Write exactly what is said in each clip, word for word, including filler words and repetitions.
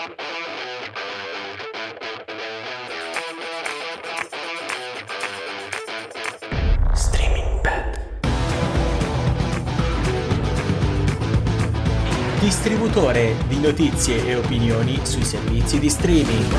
Distributore di notizie e opinioni sui servizi di streaming.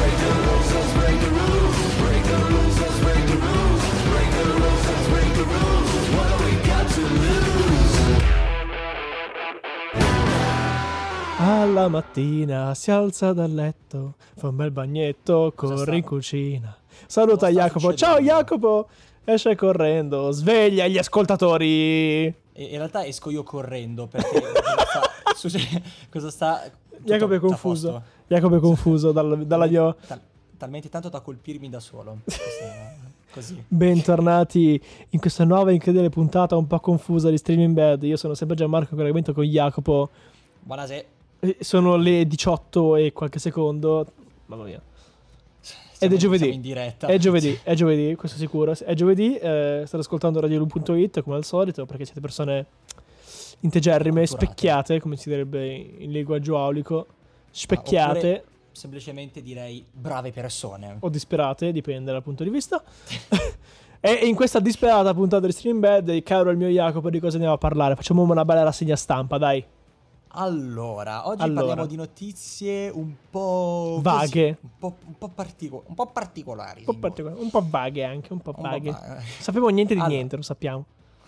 Alla mattina si alza dal letto, fa un bel bagnetto, corre in cucina. Saluta Jacopo. Ciao Jacopo! Esce correndo, sveglia gli ascoltatori. In realtà esco io correndo perché cosa sta, succede, cosa sta tutto, Jacopo è confuso. Jacopo è confuso dal, dalla mia... Tal, talmente tanto da colpirmi da solo. Così. Bentornati in questa nuova incredibile puntata un po' confusa di Streaming Bad. Io sono sempre Gianmarco, in collegamento con Jacopo. Buonasera. Sono le diciotto e qualche secondo. Mamma mia. Siamo, Ed è giovedì. in diretta. È giovedì, è giovedì, questo sicuro. È giovedì, eh, state ascoltando radio lu punto it come al solito, perché siete persone integerrime, Culturate. Specchiate, come si direbbe in linguaggio aulico. Specchiate. Oppure semplicemente direi brave persone. O disperate, dipende dal punto di vista. E in questa disperata puntata di Streaming Bad, caro il mio Jacopo, di cosa andiamo a parlare? Facciamo una bella rassegna stampa, dai. Allora, oggi Allora. parliamo di notizie un po' vaghe, così, un po', un po', partico- un po' particolari. un po', particolari, un po' vaghe anche, un po' Un po' vaghe. va- Non sappiamo niente di Allora. niente, lo sappiamo.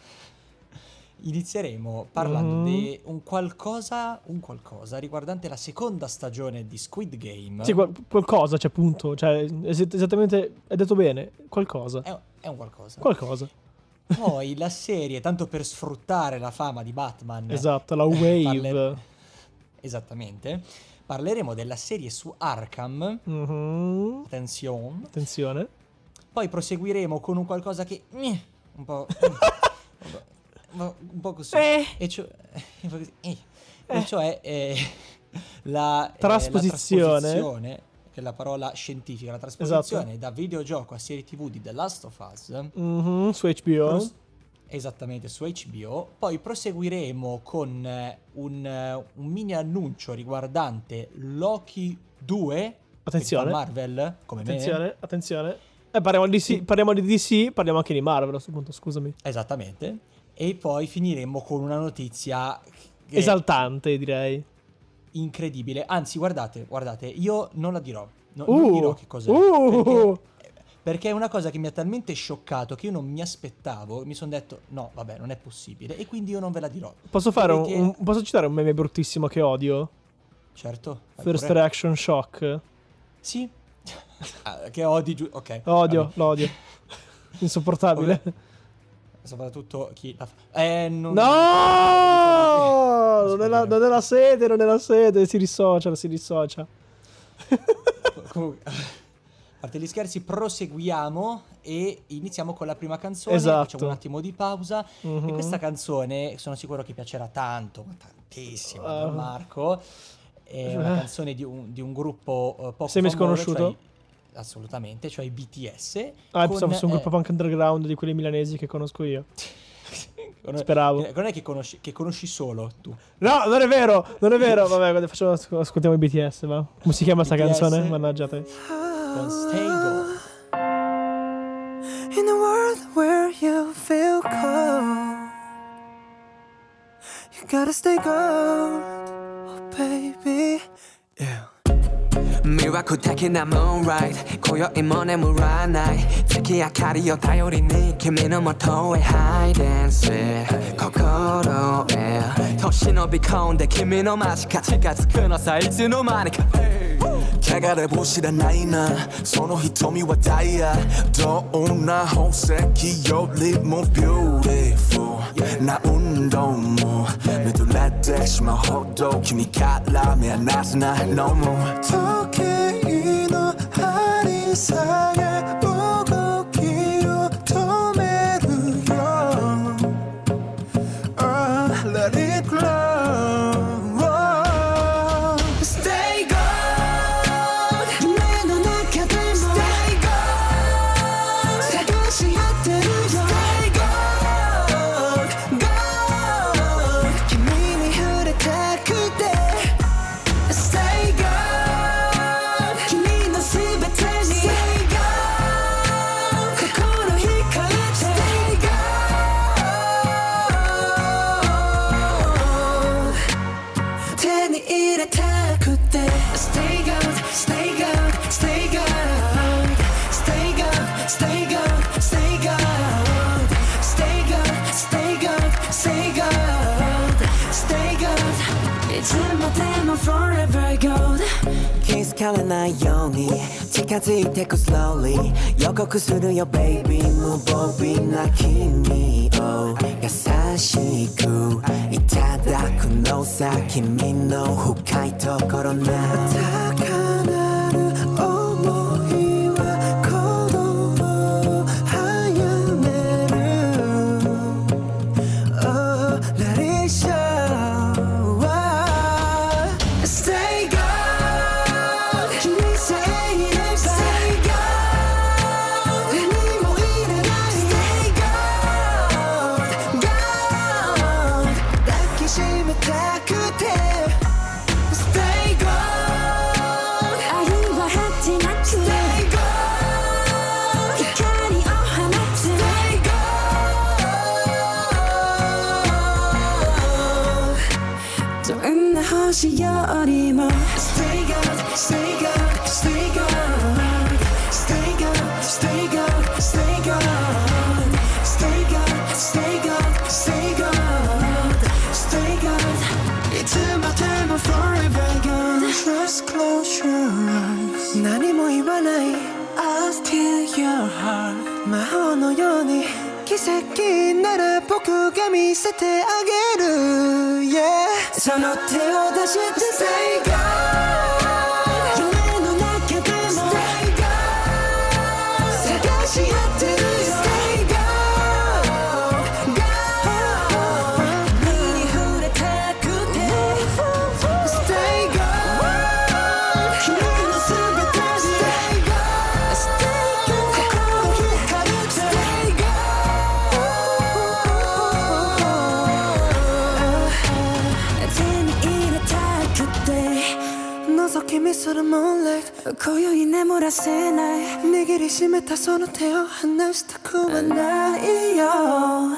Inizieremo parlando Mm. di un qualcosa, un qualcosa riguardante la seconda stagione di Squid Game. Sì, qual- qualcosa, cioè, punto. Cioè, es- esattamente, hai detto bene, qualcosa. È, è un qualcosa. Qualcosa. Poi la serie, tanto per sfruttare la fama di Batman. Esatto, la wave. parle- Esattamente. Parleremo della serie su Arkham. Mhm. Attenzione. Attenzione. Poi proseguiremo con un qualcosa che eh, un po' un po', un po' così. Eh. E, cioè, un po' così, eh. E cioè eh, la, eh, Trasposizione. la trasposizione, che è la parola scientifica, la trasposizione Esatto. da videogioco a serie tivù di The Last of Us. Mhm, su H B O. Pros- esattamente, su H B O. Poi proseguiremo con eh, un, eh, un mini annuncio riguardante Loki due. Attenzione. che fa Marvel, come me. Attenzione, attenzione. Eh, parliamo di, D C, parliamo di D C, parliamo anche di Marvel a questo punto, scusami. Esattamente. E poi finiremo con una notizia che Esaltante, direi. incredibile. Anzi, guardate, guardate, io non la dirò. No- Uh, non dirò che cos'è. uh. Perché, perché è una cosa che mi ha talmente scioccato che io non mi aspettavo. Mi sono detto, no, vabbè, non è possibile. E quindi io non ve la dirò. Posso fare un, Perché- un- posso citare un meme bruttissimo che odio? Certo. vai First pure. reaction shock. Sì. Ah, che odi giù. Ok. Odio, vabbè. lo odio. Insopportabile. Soprattutto chi la fa. Eh, non... No! Non è, la, non è la sede, non è la sede. Si dissocia, si dissocia. Comunque, a parte gli scherzi, proseguiamo e iniziamo con la prima canzone. Esatto. Facciamo un attimo di pausa. Mhm. E questa canzone sono sicuro che piacerà tanto, tantissimo a Uh. Marco. È una canzone di un, di un gruppo uh, poco Semi famoso, sconosciuto? cioè- assolutamente, cioè i B T S. Ah, con, pensavo fosse un eh, gruppo punk underground di quelli milanesi che conosco io. con- Speravo. Non è che conosci, che conosci solo tu. No, non è vero, non è vero. Vabbè, guarda, facciamo, ascoltiamo i B T S, va. Come si chiama sta B T S? canzone? Mannaggia te. Con Stay Gold. In a world where you feel cold, you gotta stay gold, oh baby. Yeah. 魅惑的なムーンライト今宵も眠らない月明かりを頼りに君の元へハイデンス心へと忍び込んで君の間近近づくのさいつの間にか汚れも知らないなその瞳はダイヤどんな宝石よりもビューティフルな運動も見とれてしまうほど君から目離せないのも時計の針さえ動きを止めるよ Oh, let it glow Stay gold 夢の中でも Stay gold 探し合ってるよ Stay gold Gold 君に触れたくて Stay gold 入れたくて Stay good, stay good, stay good Stay good, stay good, stay good Stay good, stay good, stay good Stay good いつまでも forever good 気づかれないように近づいてく slowly 予告するよ baby 無防備な君を優しくいただくのさ君の深いところな高鳴る想いは鼓動を早める Oh let it show Stay good 君さえいれば Stay good 何もいらない Stay good God 抱きしめたくて Stay good 愛は果てなく Stay good 光を放つ Stay good どんな星よりも Stay good, stay good, stay good Stay good, stay good, stay good Stay good, stay good, stay good Stay good いつまでも forever good Just close your eyes 何も言わない I'll steal your heart 魔法のように奇跡なら僕が見せてあげる Yeah その手を出して Stay good 夢の中でも Stay good 探し合ってるよ Stay good God 身に触れたくて Stay good 君のすべて Stay good Stay good 心光る Stay good 手に入れたくて覗き見する moonlight 今宵眠らせない握りしめたその手を離したくはないよ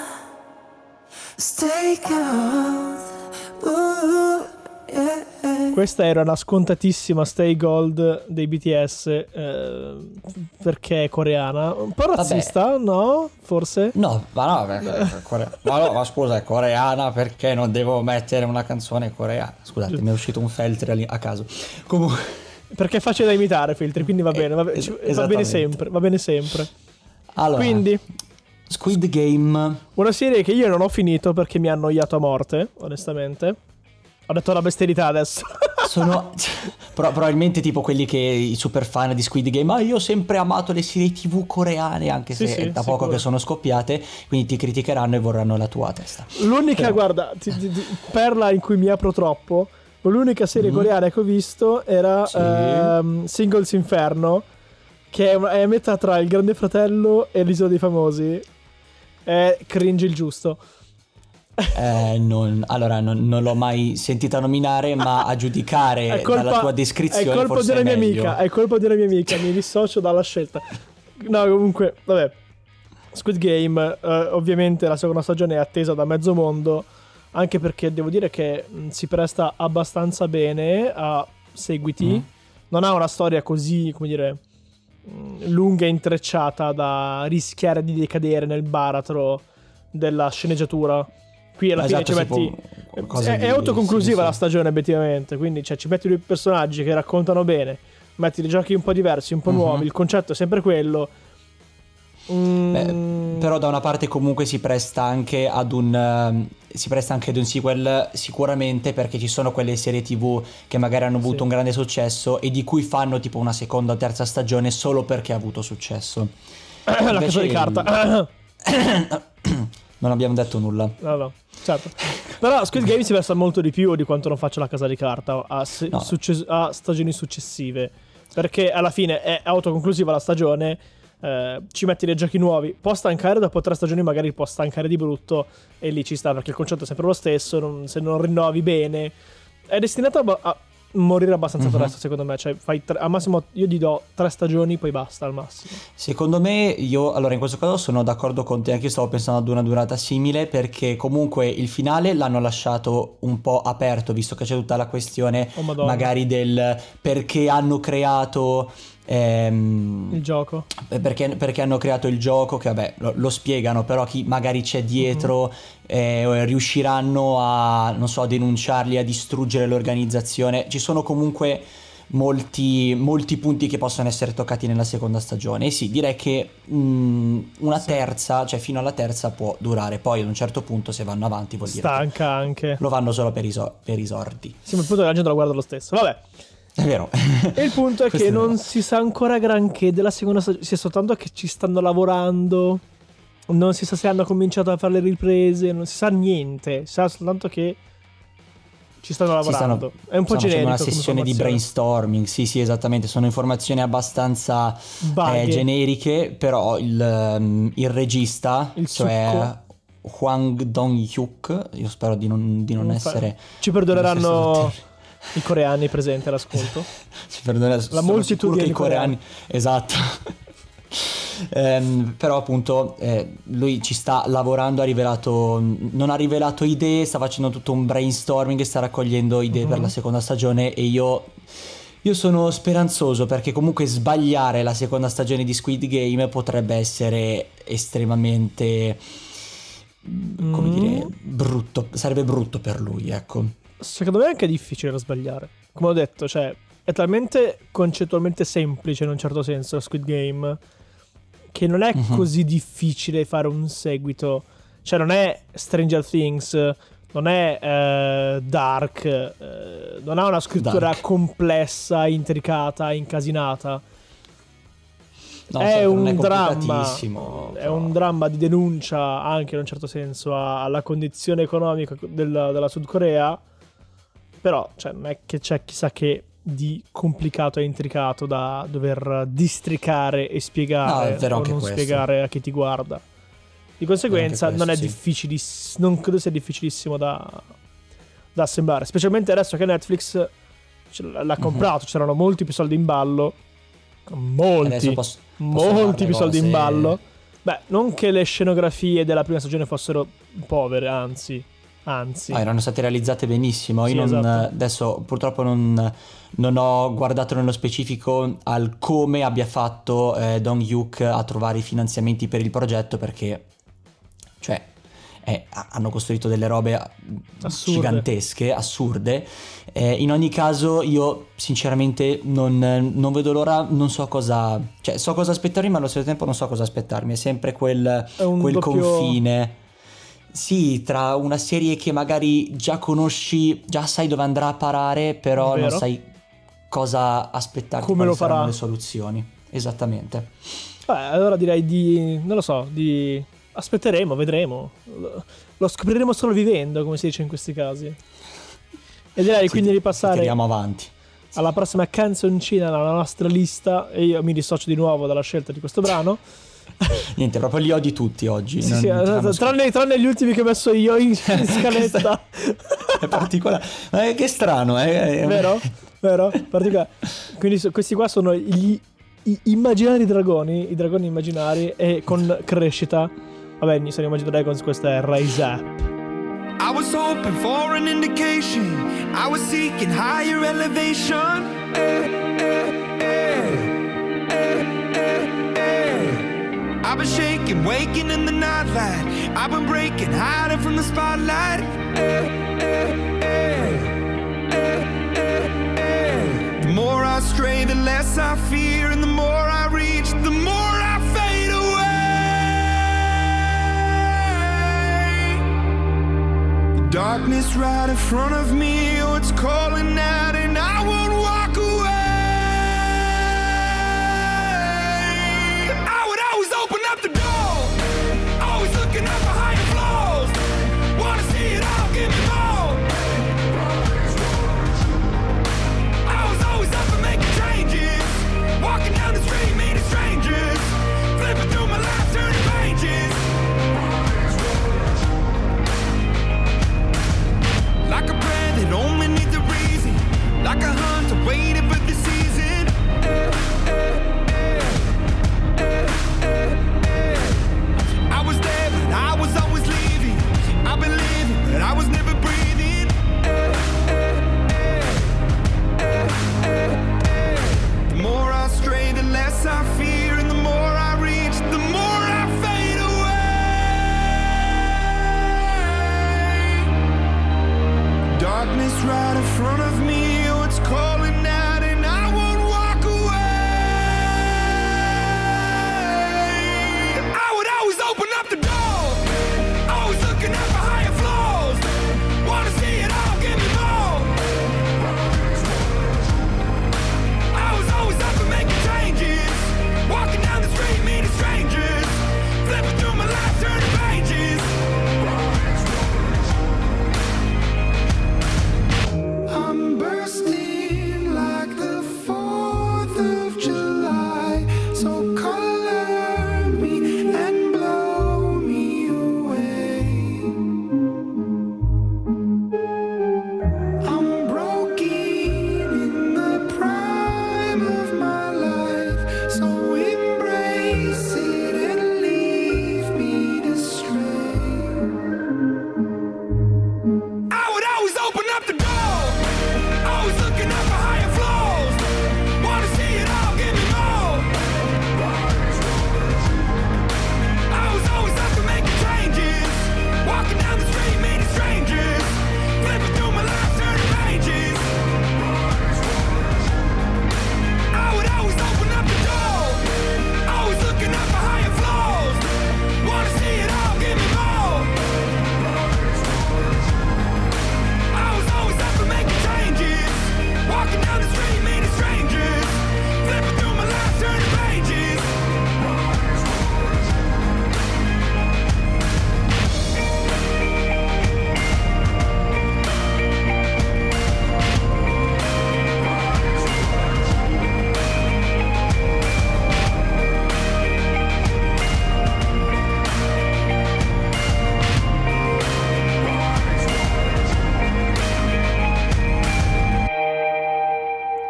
Stay good Ooh, yeah. Questa era la scontatissima Stay Gold dei B T S, eh, perché è coreana. Un po' razzista, no? Forse? No, ma no, perché è core- ma, no, ma scusa, è coreana perché non devo mettere una canzone coreana? Scusate, mi è uscito un Feltri a caso. Comunque, perché è facile da imitare, Filtri, quindi va bene, va, be- Es- va bene sempre, va bene sempre. allora, Quindi, Squid Game. una serie che io non ho finito perché mi ha annoiato a morte, onestamente. Ho detto la bestialità adesso. Sono pro- probabilmente tipo quelli che i super fan di Squid Game. Ma ah, io ho sempre amato le serie tv coreane, anche Sì, se sì, è da sicuro. poco che sono scoppiate, quindi ti criticheranno e vorranno la tua testa. L'unica, Però- guarda, ti- ti- ti- perla in cui mi apro troppo, l'unica serie Mm. coreana che ho visto era Sì. ehm, Singles Inferno, che è, è a metà tra Il Grande Fratello e l'Isola dei Famosi. È cringe il giusto. Eh, non, allora non, non l'ho mai sentita nominare, ma a giudicare È colpa- dalla tua descrizione è colpa forse della è mia meglio. amica, è colpa della mia amica, mi dissocio dalla scelta. No, comunque, vabbè. Squid Game, eh, ovviamente la seconda stagione è attesa da mezzo mondo, anche perché devo dire che mh, si presta abbastanza bene a seguiti. Mm. Non ha una storia così, come dire, mh, lunga e intrecciata da rischiare di decadere nel baratro della sceneggiatura. Qui alla fine Esatto, ci sì, metti può- qualcosa è, di- è autoconclusiva sì, sì. la stagione, obiettivamente. Quindi cioè, ci metti due personaggi che raccontano bene, metti dei giochi un po' diversi, un po' Mhm. nuovi. Il concetto è sempre quello. Mm, Beh, però da una parte comunque si presta anche ad un ehm, si presta anche ad un sequel sicuramente, perché ci sono quelle serie tv che magari hanno avuto Sì. un grande successo e di cui fanno tipo una seconda o terza stagione solo perché ha avuto successo. la casa Invece di il- carta. Non abbiamo detto nulla. No, no, certo. Però Squid Game si presta molto di più di quanto non faccia la casa di carta a, se- No. succe- a stagioni successive. Perché alla fine è autoconclusiva la stagione. eh, ci metti dei giochi nuovi. Può stancare dopo tre stagioni, magari può stancare di brutto. E lì ci sta, perché il concetto è sempre lo stesso. non- se non rinnovi bene, è destinata a, a morire abbastanza Mhm. presto, secondo me. Cioè, fai tre- al massimo io gli do tre stagioni, poi basta al massimo. Secondo me, io allora in questo caso sono d'accordo con te, anche io stavo pensando ad una durata simile, perché comunque il finale l'hanno lasciato un po' aperto, visto che c'è tutta la questione Oh madonna. magari del perché hanno creato ehm, Il gioco. perché, perché hanno creato il gioco, che vabbè lo, lo spiegano, però chi magari c'è dietro eh, riusciranno a, non so, a denunciarli, a distruggere l'organizzazione. Ci sono comunque molti, molti punti che possono essere toccati nella seconda stagione. E sì, direi che mh, una terza, cioè fino alla terza può durare, poi ad un certo punto se vanno avanti vuol dire che Stanca anche. lo fanno solo per i, so- per i sordi. Sì, ma il punto è che la gente lo guarda lo stesso. Vabbè. È vero. E il punto è Questo che è non vero. si sa ancora granché della seconda stagione. Si sa soltanto che ci stanno lavorando. Non si sa se hanno cominciato a fare le riprese. Non si sa niente. Si sa soltanto che ci stanno Si lavorando. stanno- È un po' stanno facendo generico. una come sessione di informazione. brainstorming. Sì, sì, esattamente. Sono informazioni abbastanza Vaghe. eh, generiche, però il, ehm, il regista, Il cioè Hwang Dong-hyuk, io spero di non, di non Non fa- essere... Ci perdoneranno non essere- i coreani presenti all'ascolto. Ci perdona- sono moltitudine sicuro che di i coreani, esatto. Ehm, però appunto eh, lui ci sta lavorando, ha rivelato, non ha rivelato idee, sta facendo tutto un brainstorming e sta raccogliendo idee per Mhm. la seconda stagione, e io io sono speranzoso, perché comunque sbagliare la seconda stagione di Squid Game potrebbe essere estremamente, come Mm. dire, brutto, sarebbe brutto per lui, ecco. Secondo me è anche difficile da sbagliare. Come ho detto, cioè, è talmente concettualmente semplice in un certo senso Squid Game che non è Mhm. così difficile fare un seguito. Cioè, non è Stranger Things, non è eh, Dark, eh, non ha una scrittura Dark. complessa, intricata, incasinata. No, è certo, un non è dramma, complicatissimo, è però- un dramma di denuncia anche in un certo senso a- alla condizione economica del- della Sud Corea, però cioè, non è che c'è chissà che di complicato e intricato da dover districare e spiegare No, è vero o anche non questo. spiegare a chi ti guarda. Di conseguenza Anche questo, non è sì. difficilissimo, non credo sia difficilissimo da, da assemblare, specialmente adesso che Netflix ce l'ha l'ha Mhm. comprato, c'erano molti più soldi in ballo, molti Adesso posso- posso molti fare più le soldi in cose- ballo. Beh, non che le scenografie della prima stagione fossero povere, anzi, anzi. Ah, erano state realizzate benissimo. Io Sì, non, esatto. adesso purtroppo non, non ho guardato nello specifico al come abbia fatto eh, Dong-hyuk a trovare i finanziamenti per il progetto, perché cioè eh, ha- hanno costruito delle robe Assurde. gigantesche, assurde. Eh, in ogni caso io sinceramente non, non vedo l'ora, non so cosa, cioè so cosa aspettarmi, ma allo stesso tempo non so cosa aspettarmi. È sempre quel, È un quel doppio- confine. Sì, tra una serie che magari già conosci, già sai dove andrà a parare, però Vero. non sai cosa aspettarti, Come quali lo farà. saranno le soluzioni. Esattamente. Beh, allora direi di, non lo so, di aspetteremo, vedremo. Lo, lo scopriremo solo vivendo, come si dice in questi casi. E direi Sì, quindi di passare tiriamo avanti. alla prossima canzoncina nella nostra lista, e io mi dissocio di nuovo dalla scelta di questo brano. Niente, proprio li odi tutti oggi. Sì, non- sì, non ti fanno esatto, tranne, tranne gli ultimi che ho messo io in, in scaletta. È particolare. Ma è che strano, eh? Vero? Vero? Particolare. Quindi so- questi qua sono gli i immaginari dragoni, i dragoni immaginari, e con crescita. Vabbè, sono Imagine Dragons, questa è Rise Up. I was hoping for an indication. I was seeking higher elevation. Eh, eh, eh, eh, eh, eh. I've been shaking, waking in the nightlight. I've been breaking, hiding from the spotlight. Eh, eh, eh, eh, eh, eh. The more I stray, the less I fear, and the more I reach, the more I fade away. Darkness right in front of me, oh, it's calling out, and I won't walk away. I would always open up the door, always looking up for higher floors. Wanna see it all, give me more. I was always up for making changes, walking down the street, meeting strangers, flipping through my life, turning pages. Like a prayer that only needs a reason,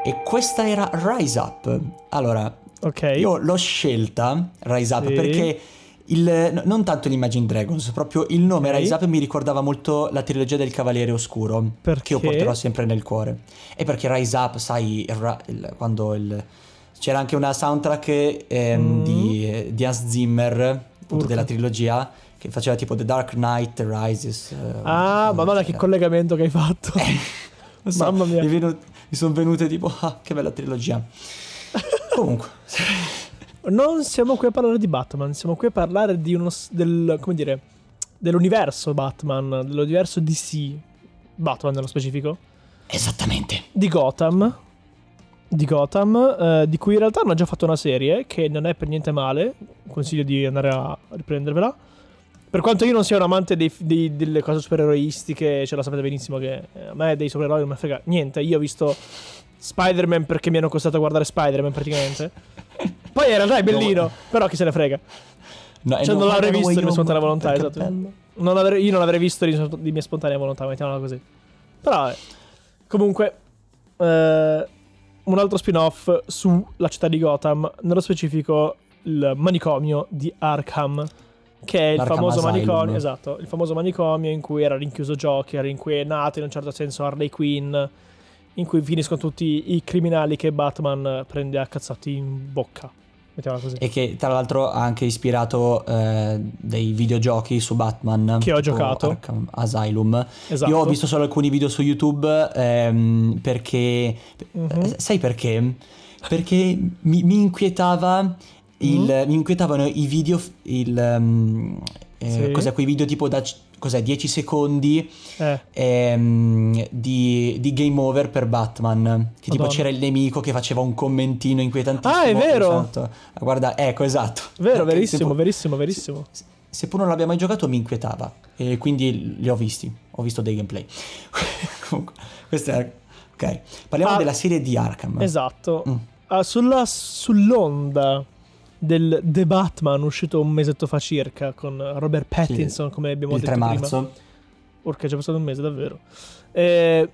E questa era Rise Up. Allora, Ok. io l'ho scelta, Rise Up, Sì. perché il, no, non tanto l'Imagine Dragons, proprio il nome Ok. Rise Up mi ricordava molto la trilogia del Cavaliere Oscuro, Perché? che io porterò sempre nel cuore. E perché Rise Up, sai, il ra- il- quando il... c'era anche una soundtrack ehm, Mm. di, di Hans Zimmer, appunto, Urca. della trilogia, che faceva tipo The Dark Knight Rises. eh, Ah, eh, madonna, che cioè- collegamento che hai fatto. Lo so, Mamma mia. Mi, è venuto- mi sono venute tipo, ah, che bella trilogia. Comunque, Non siamo qui a parlare di Batman, siamo qui a parlare di uno s- del, come dire, dell'universo Batman, dell'universo D C, Batman nello specifico, esattamente. di Gotham, di Gotham, eh, di cui in realtà hanno già fatto una serie che non è per niente male, consiglio di andare a riprendervela. Per quanto io non sia un amante dei- dei- delle cose supereroistiche, ce la sapete benissimo che eh, a me dei supereroi non mi frega niente. Io ho visto Spider-Man perché mi hanno costato a guardare Spider-Man praticamente. Poi in realtà è bellino, però chi se ne frega. No, e Cioè non l'avrei guardano visto di Way mia spontanea Home, volontà, perché esatto. bello. Non avrei- io non l'avrei visto di, di mia spontanea volontà, mettiamola così. Però vabbè. Comunque, eh, un altro spin-off sulla città di Gotham, nello specifico il manicomio di Arkham, che è il L'Arkham famoso Asylum. manicomio, esatto, il famoso manicomio in cui era rinchiuso Joker, in cui è nato in un certo senso Harley Quinn, in cui finiscono tutti i criminali che Batman prende a cazzati in bocca. Mettiamola così. E che tra l'altro ha anche ispirato eh, dei videogiochi su Batman. Che ho tipo giocato. Arkham Asylum. Esatto. Io ho visto solo alcuni video su YouTube ehm, perché... Mhm. eh, sai perché? Perché mi, mi inquietava il, Mhm. mi inquietavano i video, il, ehm, eh, Sì. cos'è, quei video tipo da c- cos'è, dieci secondi Eh, ehm, di, di game over per Batman, che tipo Madonna. c'era il nemico che faceva un commentino inquietantissimo. Ah, è vero! Esatto. Guarda, ecco, esatto. vero, Anche verissimo, se- verissimo, verissimo. se- Seppur non l'abbia mai giocato mi inquietava e quindi li ho visti, ho visto dei gameplay. Comunque, questo è... Ok, parliamo Ah, della serie di Arkham. Esatto. Mm. Ah, sulla, sull'onda del The Batman uscito un mesetto fa circa con Robert Pattinson, come abbiamo Il detto tre prima. marzo. Orca, è già passato un mese, davvero. Eh,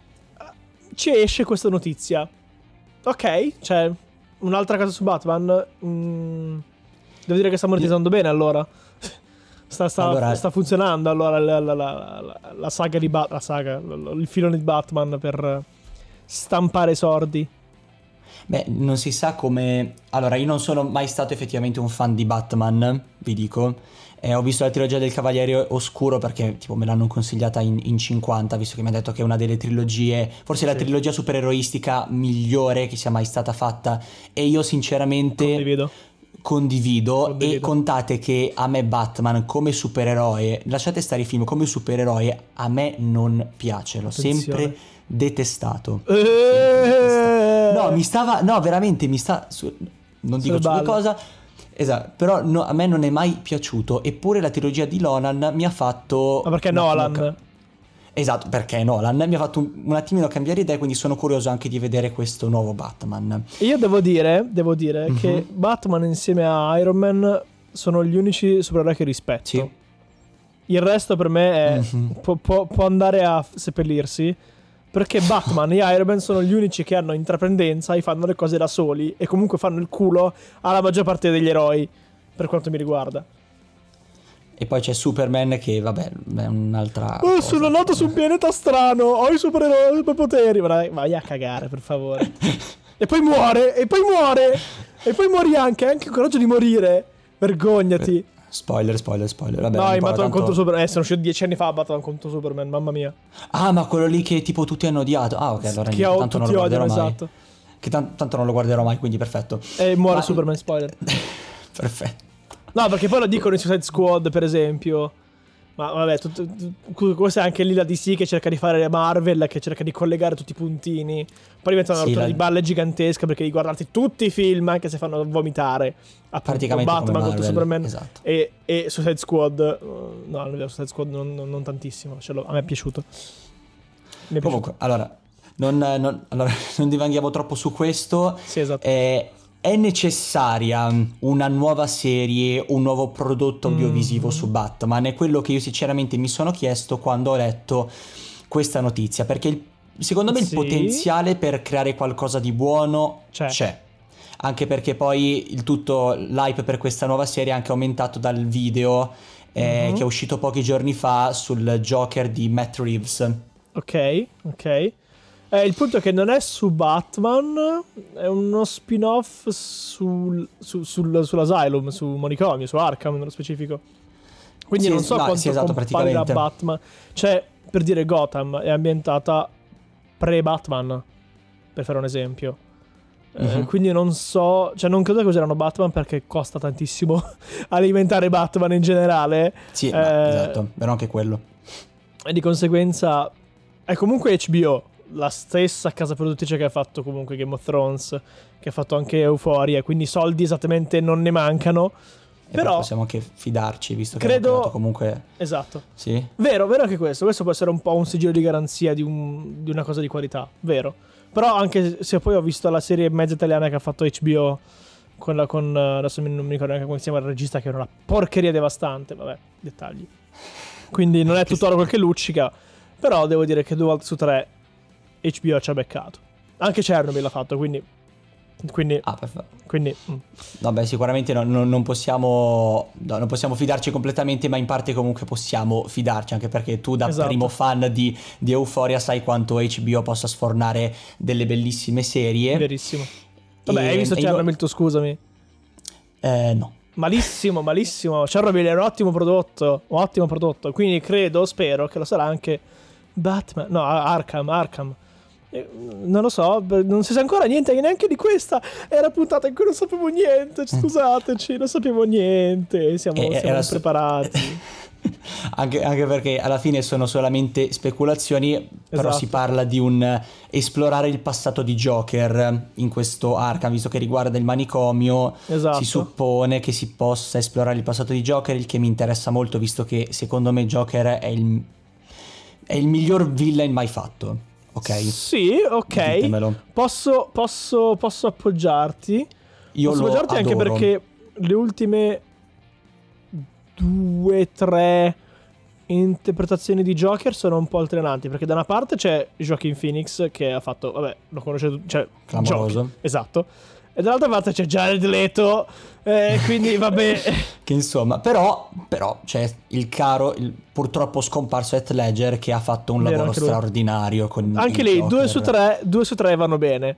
ci esce questa notizia. Ok, cioè, un'altra cosa su Batman. mm, devo dire che sta monetizzando bene allora. Sta, sta- Allora- sta funzionando allora la, la- la- la- la saga di Batman. La saga, l- l- il filone di Batman per stampare soldi. Beh, non si sa come... Allora, io non sono mai stato effettivamente un fan di Batman, vi dico. Eh, ho visto la trilogia del Cavaliere Oscuro perché tipo me l'hanno consigliata in, in cinquanta, visto che mi ha detto che è una delle trilogie, forse la Sì. trilogia supereroistica migliore che sia mai stata fatta. E io sinceramente... Condivido. Condivido, Condivido. e contate che a me Batman come supereroe, lasciate stare i film, come supereroe a me non piace, l'ho Attenzione. sempre detestato. Eh, No, mi stava, no, veramente mi sta, su- non dico Sulle su che balle. cosa, esatto, però no, a me non è mai piaciuto, eppure la trilogia di Nolan mi ha fatto... Ma perché no, Nolan? no, Esatto, perché Nolan mi ha fatto un, un attimino cambiare idea, quindi sono curioso anche di vedere questo nuovo Batman. Io devo dire, devo dire Mhm. che Batman insieme a Iron Man sono gli unici supereroi che rispetto. Sì. Il resto per me è- Mhm. può, può- può andare a f- seppellirsi. Perché Batman e Iron Man sono gli unici che hanno intraprendenza e fanno le cose da soli. E comunque fanno il culo alla maggior parte degli eroi. Per quanto mi riguarda. E poi c'è Superman che, vabbè, è un'altra... Oh, cosa. sono nato su un pianeta strano. Ho i supereroi, i superpoteri. Ma dai, vai a cagare, per favore. E poi muore. E poi muore. E poi muori anche. Hai anche il coraggio di morire. Vergognati. Spoiler, spoiler, spoiler. Vabbè, No, non in parlo Batman tanto- contro Superman. Eh, sono uscito dieci anni fa Batman contro Superman, mamma mia. Ah, ma quello lì che tipo tutti hanno odiato. Ah, ok, allora Che niente, ho- tanto non tutti lo guarderò odiano, mai. esatto. Che tan- tanto non lo guarderò mai, quindi perfetto. E muore Ma- Superman, spoiler. Perfetto. No, perché poi lo dicono in Suicide Squad, per esempio. Ma vabbè, tutto, tutto- questa è anche lì la D C che cerca di fare Marvel, che cerca di collegare tutti i puntini. Poi diventa una Sì, rottura la- di balle gigantesca perché devi guardarti tutti i film, anche se fanno vomitare. Appunto, Praticamente come Batman contro Marvel, Superman esatto. e, e Suicide Squad. uh, No, non è vero, Suicide Squad non, non- non tantissimo. Ce l'ho- a me è piaciuto. Mi è Comunque, allora, non, non- allora, non divaghiamo troppo su questo. piaciuto. Sì, esatto. Eh, è necessaria una nuova serie, un nuovo prodotto audiovisivo Mm. su Batman? È quello che io sinceramente mi sono chiesto quando ho letto questa notizia, perché il- secondo me il Sì. potenziale per creare qualcosa di buono C'è. c'è. Anche perché poi il tutto l'hype per questa nuova serie è anche aumentato dal video eh, Mhm. che è uscito pochi giorni fa sul Joker di Matt Reeves. Ok, ok. Eh, il punto è che non è su Batman, è uno spin-off sul, su, sul, sull'Asylum, su Manicomio, su Arkham nello specifico. Quindi Sì, non so no, quanto sì, esatto, comparirà praticamente. Batman. Cioè, per dire, Gotham è ambientata pre-Batman, per fare un esempio. Eh, Mhm. quindi non so, cioè non credo che useranno Batman perché costa tantissimo alimentare Batman in generale. Sì, no, Eh, esatto, però anche quello. E di conseguenza è comunque H B O, la stessa casa produttrice che ha fatto comunque Game of Thrones, che ha fatto anche Euphoria, quindi soldi esattamente non ne mancano. E poi Però possiamo anche fidarci, visto che credo- hanno creato comunque... esatto. Sì? Vero, vero anche questo. Questo può essere un po' un sigillo di garanzia di, un- di una cosa di qualità, vero. Però anche se poi ho visto la serie mezza italiana che ha fatto H B O con, la, con adesso non mi ricordo neanche come si chiama il regista, che era una porcheria devastante, vabbè, dettagli. Quindi non è tutto oro quel che luccica, però devo dire che due volte su tre H B O ci ha beccato. Anche Chernobyl l'ha fatto, quindi quindi, Ah, perfetto. quindi mm. Vabbè, sicuramente no- no- non possiamo no, non possiamo fidarci completamente, ma in parte comunque possiamo fidarci, anche perché tu da Esatto. primo fan di, di Euphoria sai quanto H B O possa sfornare delle bellissime serie. verissimo. Vabbè, E- hai visto e io- Chernobyl tu, scusami. Eh, no. Malissimo, malissimo. Chernobyl è un ottimo prodotto, un ottimo prodotto. Quindi credo, spero che lo sarà anche Batman. No, Arkham, Arkham. Eh, Non lo so, beh, non si sa ancora niente neanche di questa. Era puntata in cui non sapevo niente. Scusateci, non sapevo niente. Siamo, Eh, siamo era so- impreparati. Anche, anche perché alla fine sono solamente speculazioni, però Esatto. si parla di un eh, esplorare il passato di Joker in questo Arkham, visto che riguarda il manicomio. Esatto. Si suppone che si possa esplorare il passato di Joker, il che mi interessa molto, visto che secondo me Joker è il, è il miglior villain mai fatto. Ok? Sì, ok. Ditemelo. Posso, posso, posso appoggiarti. Io Posso lo appoggiarti anche adoro. perché le ultime due, tre interpretazioni di Joker sono un po' alternanti, perché da una parte c'è Joaquin Phoenix che ha fatto, vabbè, lo conoscete, cioè Clamoroso. Joker, esatto, e dall'altra parte c'è Jared Leto, eh, quindi vabbè. Che insomma, però, però c'è il caro, il purtroppo scomparso Heath Ledger, che ha fatto un Vero, lavoro anche lui. straordinario con Anche il lì Joker. due su tre, due su tre vanno bene,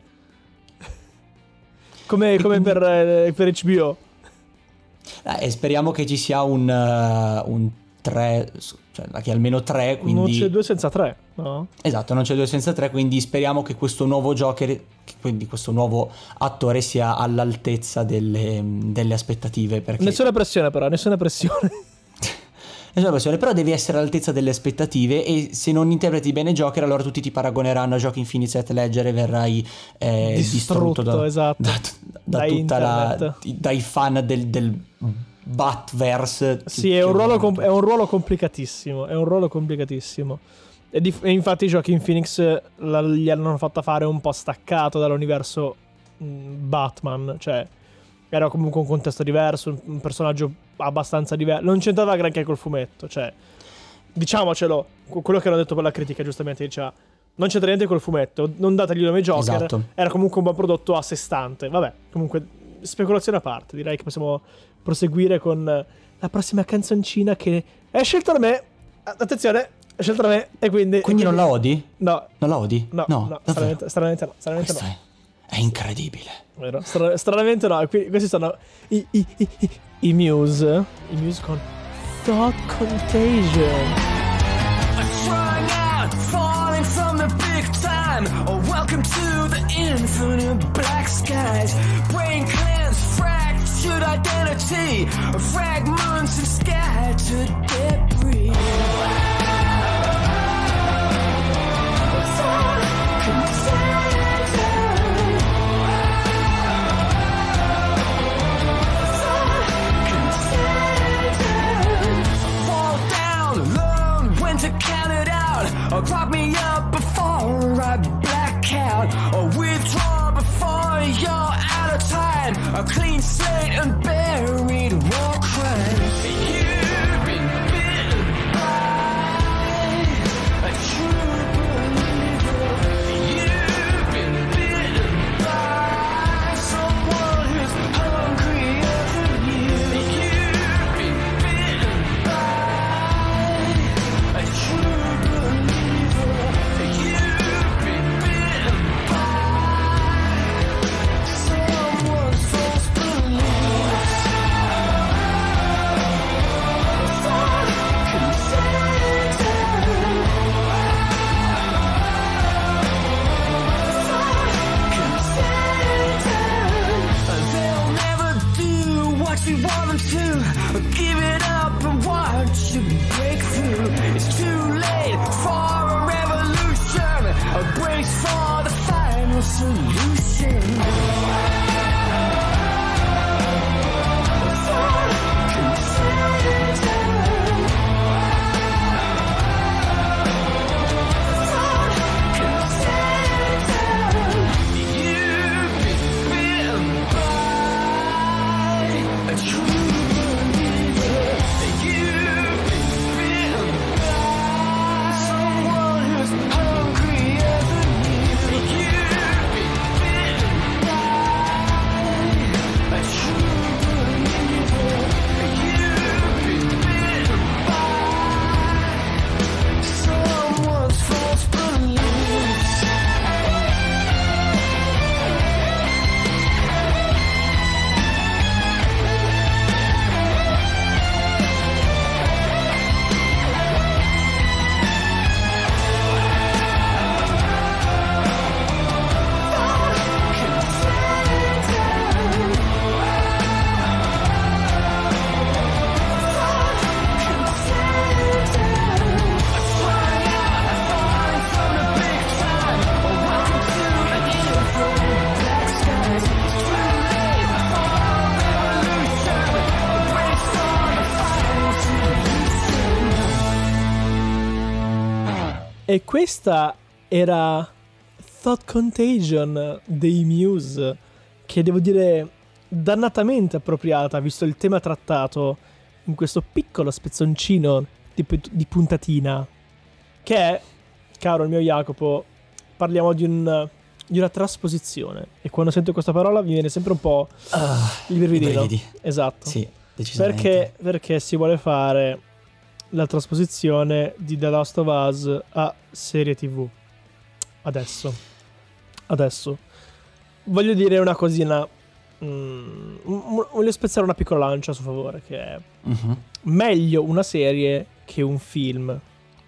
come, come per, eh, per H B O. Eh, e speriamo che ci sia un, uh, un tre, cioè che almeno tre, quindi... Non c'è due senza tre, no? Esatto, non c'è due senza tre, quindi speriamo che questo nuovo Joker, che quindi questo nuovo attore sia all'altezza delle, delle aspettative, perché... Nessuna pressione però, nessuna pressione. Nessuna pressione, però devi essere all'altezza delle aspettative, e se non interpreti bene Joker allora tutti ti paragoneranno a Joaquin Phoenix e Heath Ledger e verrai eh, Distrutto, distrutto da, esatto. da, da Da tutta la, internet. dai fan del, del Batverse. Sì, è un, ruolo com- è un ruolo complicatissimo. È un ruolo complicatissimo. E, di- e infatti Joaquin Phoenix la- gli hanno fatta fare un po' staccato dall'universo mh, Batman. Cioè, era comunque un contesto diverso, un, un personaggio abbastanza diverso. Non c'entrava granché col fumetto. Cioè, diciamocelo, que- quello che hanno detto per la critica, giustamente, diceva: non c'entra niente col fumetto, non dategli il nome Joker. Esatto. Era comunque un buon prodotto a sé stante. Vabbè, comunque, speculazione a parte. Direi che possiamo proseguire con la prossima canzoncina che è scelta da me. Attenzione, è scelta da me. E quindi. Quindi non la odi? No, Non la odi? no, no, no, davvero? stranamente, stranamente no. Stranamente Questo no. è, è incredibile. Vero? Stra- stranamente no. Qui- questi sono i, i, i, i, i Muse. I Muse con Thought Contagion. Trying out, falling from the big time. Oh, welcome to the infinite black skies. Brain cleanse, fractured identity. Fragments and scattered debris. Fall down, learn when to count it out. Or prop me up before I black out. Or withdraw before you're out of time. A clean slate and buried war crimes. You've been bitten by a true believer. E questa era Thought Contagion dei Muse, che devo dire dannatamente appropriata, visto il tema trattato in questo piccolo spezzoncino di, di puntatina, che è, caro il mio Jacopo, parliamo di, un, di una trasposizione. E quando sento questa parola mi viene sempre un po' uh, il brividino. I Esatto. Sì, decisamente. Perché, perché si vuole fare la trasposizione di The Last of Us a serie tivù. Adesso. Adesso. Voglio dire una cosina. Mm, voglio spezzare una piccola lancia a suo favore, che è uh-huh. meglio una serie che un film.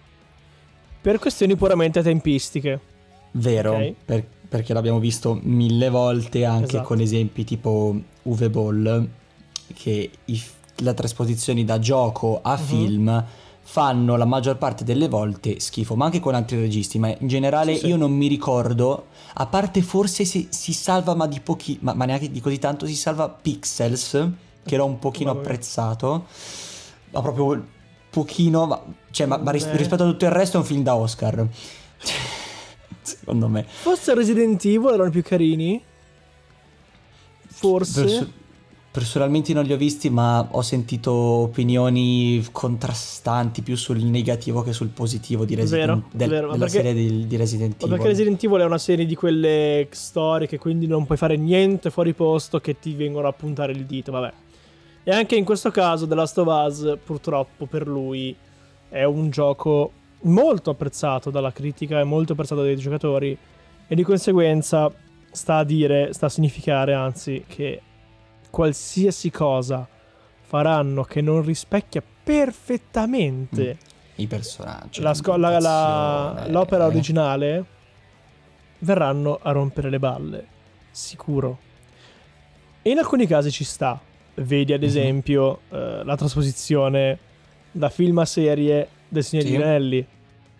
Per questioni puramente tempistiche. Vero, Okay. per- perché l'abbiamo visto mille volte anche Esatto. con esempi tipo Uwe Boll, che i f- la trasposizioni da gioco a Mhm. film fanno la maggior parte delle volte schifo, ma anche con altri registi, ma in generale Sì, sì. io non mi ricordo, a parte forse si, si salva ma di pochi, ma, ma neanche di così tanto, si salva Pixels, che era un pochino Mamma mia. apprezzato, ma proprio pochino, ma, cioè, ma, ma ris- Eh. rispetto a tutto il resto è un film da Oscar, secondo me. Forse Resident Evil erano i più carini. Forse. Perso- personalmente non li ho visti, ma ho sentito opinioni contrastanti più sul negativo che sul positivo di Resident, Vero, del- vero, ma della perché- serie di, di Resident Ma Evil. perché Resident Evil è una serie di quelle storiche, quindi non puoi fare niente fuori posto che ti vengono a puntare il dito, vabbè. E anche in questo caso The Last of Us, purtroppo per lui, è un gioco molto apprezzato dalla critica e molto apprezzato dai giocatori, e di conseguenza sta a dire, sta a significare anzi, che qualsiasi cosa faranno che non rispecchia perfettamente I personaggi, la sco- la- la- l'ambientazione, l'opera eh. originale, verranno a rompere le balle, sicuro. E in alcuni casi ci sta. Vedi ad Mhm. esempio eh, la trasposizione da film a serie del Signore Sì. degli Anelli.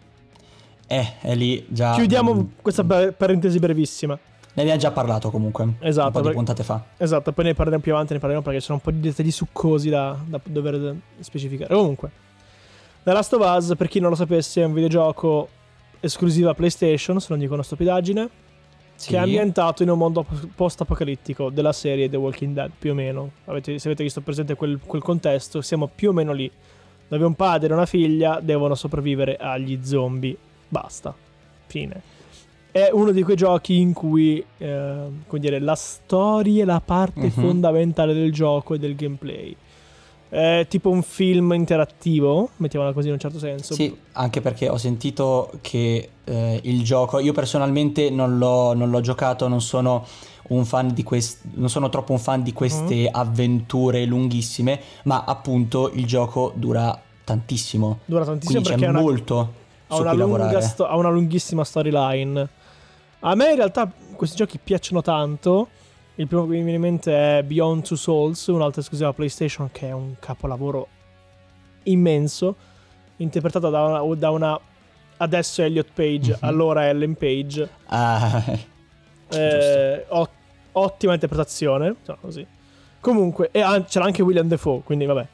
Eh, è lì già... Chiudiamo mm, questa pa- parentesi brevissima. Ne abbiamo già parlato comunque, Esatto, un po' di perché- puntate fa. Esatto, poi ne parleremo più avanti, ne parleremo perché ci sono un po' di dettagli succosi da, da dover specificare. Comunque, The Last of Us, per chi non lo sapesse, è un videogioco esclusiva PlayStation, se non dico una stupidaggine, Sì. che è ambientato in un mondo post-apocalittico della serie The Walking Dead, più o meno. Avete, se avete visto presente quel, quel contesto, siamo più o meno lì, dove un padre e una figlia devono sopravvivere agli zombie. Basta. Fine. È uno di quei giochi in cui, eh, come dire, la storia è la parte Mhm. fondamentale del gioco e del gameplay. È tipo un film interattivo, mettiamola così in un certo senso. Sì, anche perché ho sentito che eh, il gioco, io personalmente non l'ho, non l'ho giocato, non sono un fan di quest- non sono troppo un fan di queste Mhm. avventure lunghissime, ma appunto il gioco dura tantissimo, Dura tantissimo quindi perché c'è è una, molto ha su una, cui lunga lavorare. sto- ha una lunghissima storyline. A me in realtà questi giochi piacciono tanto. Il primo che mi viene in mente è Beyond Two Souls, un'altra esclusiva PlayStation, che è un capolavoro immenso, interpretato da una, da una adesso Elliot Page, Mhm. allora Ellen Page. Ah, eh, ot- ottima interpretazione, cioè, così. Comunque, e an- c'era anche William Dafoe, quindi vabbè.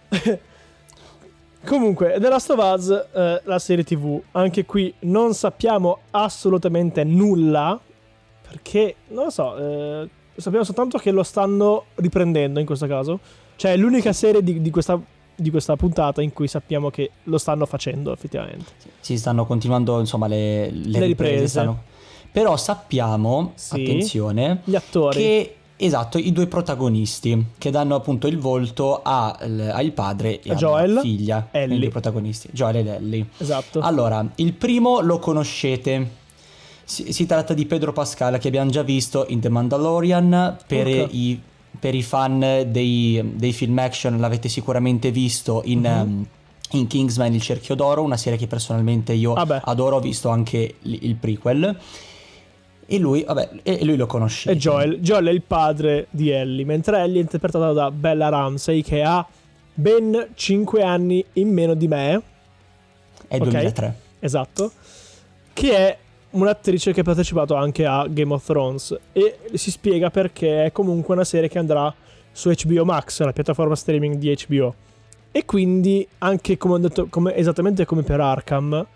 Comunque, The Last of Us, eh, la serie tivù, anche qui non sappiamo assolutamente nulla, perché, non lo so, eh, sappiamo soltanto che lo stanno riprendendo in questo caso. Cioè, è l'unica serie di, di, questa, di questa puntata in cui sappiamo che lo stanno facendo, effettivamente. Sì, stanno continuando, insomma, le, le, Le riprese. riprese. Stanno... Però sappiamo, Sì. attenzione, Gli attori. che... Esatto, i due protagonisti che danno appunto il volto a, al padre e A alla Joel, figlia. Ellie. I due protagonisti, Joel ed Ellie. Esatto. Allora, il primo lo conoscete. Si, si tratta di Pedro Pascal, che abbiamo già visto in The Mandalorian. Per, Ok. i, per i fan dei, dei film action l'avete sicuramente visto in, Mhm. um, in Kingsman Il Cerchio d'Oro, una serie che personalmente io Ah beh. adoro, ho visto anche il, il prequel. E lui, vabbè, e lui lo conoscete. E Joel. Joel è il padre di Ellie, mentre Ellie è interpretata da Bella Ramsey, che ha ben cinque anni in meno di me. È Ok. duemilatré. Esatto. Che è un'attrice che ha partecipato anche a Game of Thrones. E si spiega perché è comunque una serie che andrà su H B O Max, la piattaforma streaming di H B O. E quindi, anche come ho detto, come, esattamente come per Arkham,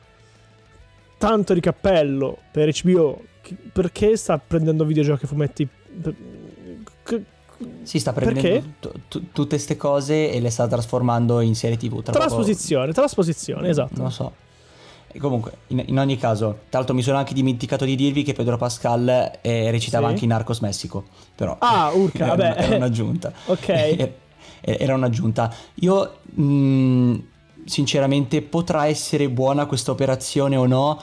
tanto di cappello per H B O. Che- Perché sta prendendo videogiochi e fumetti? Per- che- Si sta Perché? prendendo tu- tu- tutte queste cose e le sta trasformando in serie tivù. Tra poco- Trasposizione, trasposizione, esatto. Non lo so. E comunque, in, in ogni caso, tra l'altro mi sono anche dimenticato di dirvi che Pedro Pascal eh, recitava Sì. anche in Narcos Messico. Però Ah, urca, era, vabbè. era un'aggiunta. Ok. Era- Era un'aggiunta. Io, mh, sinceramente, potrà essere buona questa operazione o no?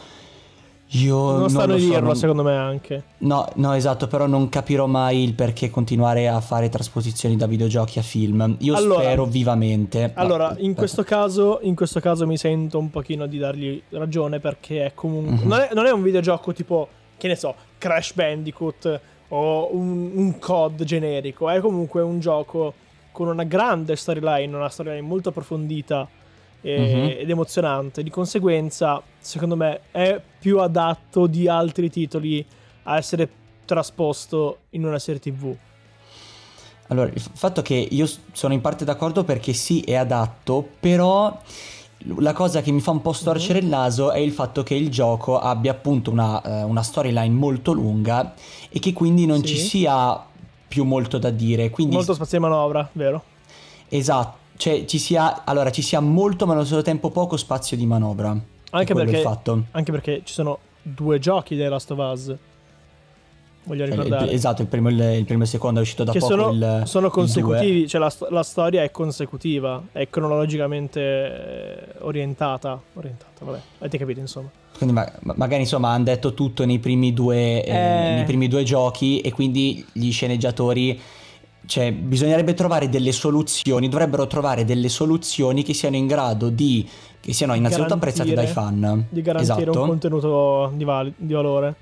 Io Non stanno lo a so, dirlo, non- secondo me anche. No, no, esatto, però non capirò mai il perché continuare a fare trasposizioni da videogiochi a film. Io Allora- spero vivamente. no, Allora, in eh, questo caso, in questo caso mi sento un pochino di dargli ragione, perché è comunque Mhm. non, è, non è un videogioco tipo, che ne so, Crash Bandicoot o un, un C O D generico, è comunque un gioco con una grande storyline, una storyline molto approfondita e- Mhm. ed emozionante. Di conseguenza, secondo me, è più adatto di altri titoli a essere trasposto in una serie tivù. Allora, il f- fatto che io s- sono in parte d'accordo perché sì, è adatto, però la cosa che mi fa un po' storcere il naso è il fatto che il gioco abbia appunto una, eh, una storyline molto lunga e che quindi non Sì. ci sia più molto da dire. Quindi Molto spazio di manovra, vero? esatto, cioè ci sia, allora, ci sia molto ma allo stesso tempo poco spazio di manovra. È Anche quello perché, il fatto. anche perché ci sono due giochi dei Last of Us. Voglio Eh, il- ricordare. esatto, il primo, il, il primo e il secondo è uscito da che poco. sono, il, sono il consecutivi, cioè la, sto- la storia è consecutiva, è cronologicamente eh, orientata. Orientata, vabbè, avete capito insomma. due. Quindi ma- ma- magari insomma hanno detto tutto nei primi due, eh, Eh. nei primi due giochi e quindi gli sceneggiatori, cioè bisognerebbe trovare delle soluzioni, dovrebbero trovare delle soluzioni che siano in grado di, che siano innanzitutto apprezzate dai fan. Di garantire Esatto. un contenuto di, val- di valore.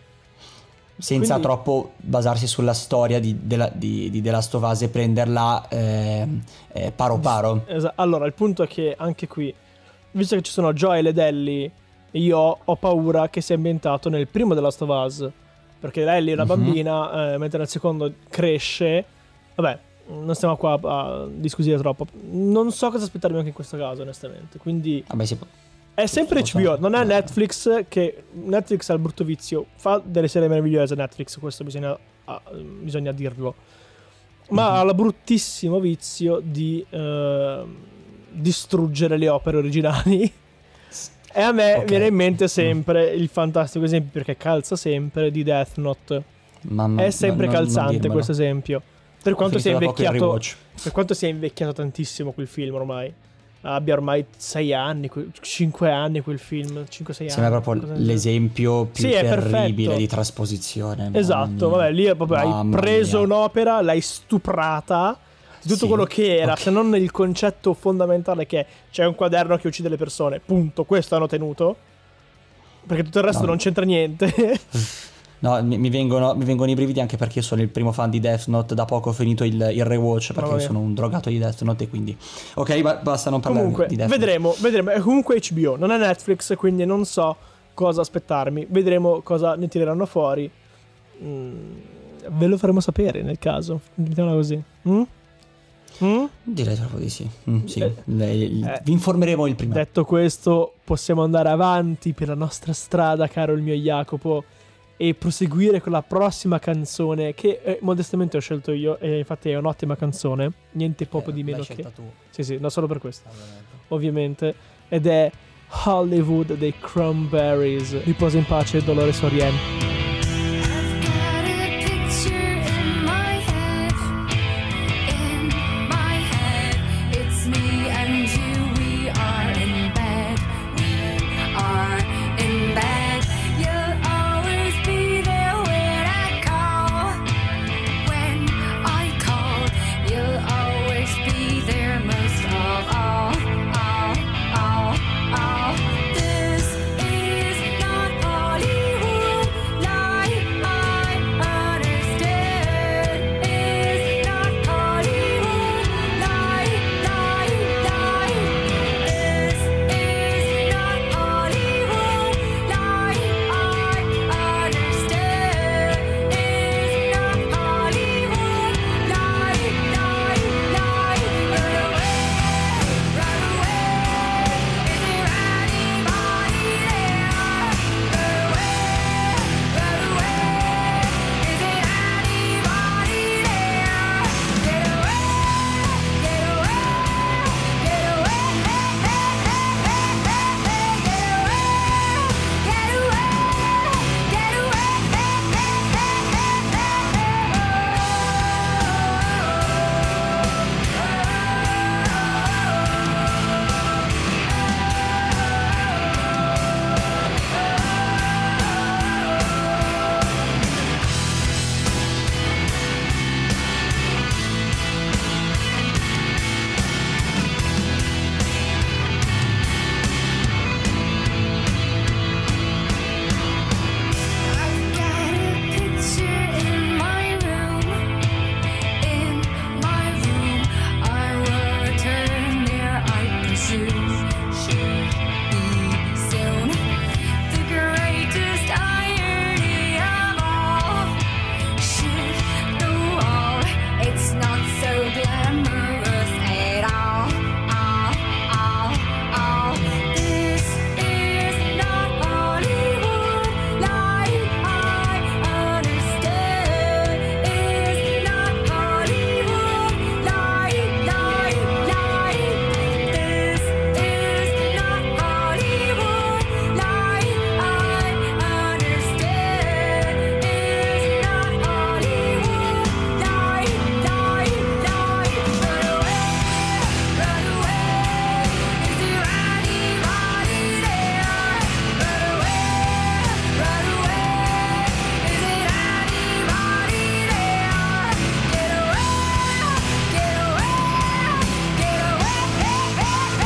Senza Quindi- troppo basarsi sulla storia di, della, di, di The Last of Us e prenderla eh, eh, paro paro. Esa- allora, il punto è che anche qui, visto che ci sono Joel ed Ellie, io ho paura che sia ambientato nel primo The Last of Us. Perché Ellie è una Mhm. bambina, eh, mentre nel secondo cresce. Vabbè, non stiamo qua a discutere troppo. Non so cosa aspettarmi anche in questo caso, onestamente. Quindi Vabbè, si può- è sempre lo so. H B O, non è Eh. Netflix, che Netflix ha il brutto vizio. Fa delle serie meravigliose Netflix, questo bisogna, ah, bisogna dirlo. Ma Mhm. ha il bruttissimo vizio di eh, distruggere le opere originali. E a me Ok. viene in mente sempre il fantastico esempio, perché calza sempre, di Death Note. Mamma- È sempre no- no- non calzante dirmelo. questo esempio. Per Ho quanto sia finito da poco il invecchiato, rewatch. per quanto sia invecchiato tantissimo quel film ormai. Abbia ormai sei anni, cinque anni quel film, cinque sei anni. Sembra proprio qualcosa del genere. l'esempio più Sì, è terribile perfetto. di trasposizione. mamma Esatto, mia. vabbè, lì è proprio hai Mamma preso mia. un'opera, l'hai stuprata di tutto Sì, quello che era, ok. se non il concetto fondamentale che c'è un quaderno che uccide le persone, punto, questo hanno tenuto. Perché tutto il resto No. non c'entra niente. No, mi, mi vengono, mi vengono i brividi anche perché io sono il primo fan di Death Note. Da poco ho finito il, il rewatch perché Mamma mia. sono un drogato di Death Note e quindi... Ok, ba- basta non parlare Comunque, di Death Note. vedremo, vedremo. È comunque H B O, non è Netflix, quindi non so cosa aspettarmi. Vedremo cosa ne tireranno fuori. mm, ve lo faremo sapere nel caso. Mettiamola così. Mm? Mm? Direi proprio di sì. Mm, sì. Eh, Lei- eh, vi informeremo il prima. Detto questo, possiamo andare avanti per la nostra strada, caro il mio Jacopo, e proseguire con la prossima canzone che eh, modestamente ho scelto io, e infatti è un'ottima canzone, niente poco Eh, di meno l'hai che... scelta tu, Sì, sì, no, solo per questo, ovviamente. ovviamente, ed è Hollywood dei Cranberries. Riposa in pace, Dolores O'Riordan. I've got a picture in my head, in my head. It's me and you, we are in bed, we are in bed. You'll always be there when I call, when I call. You'll always be there most of all, all, all, all. This is not Hollywood like I understood. It's not Hollywood like, like, like. This is not Hollywood like I understood. It's not Hollywood like, like, like. Run away, run away. Is there anybody there? Run away, run away. Is there anybody there? Get away, get away, get away, get away, get I've got a picture in my room, in my room. I will return there, I presume. Should be soon. The greatest irony of all should go all. It's not so glamorous at all, all, all, all. This is not Hollywood like I understood. It's not Hollywood like, like, like. This is not Hollywood like I understood. It's not Hollywood like, like, like. Run away, run away. Is there anybody there? Run away, run away. Is it anybody there? Get away, get away, get away, get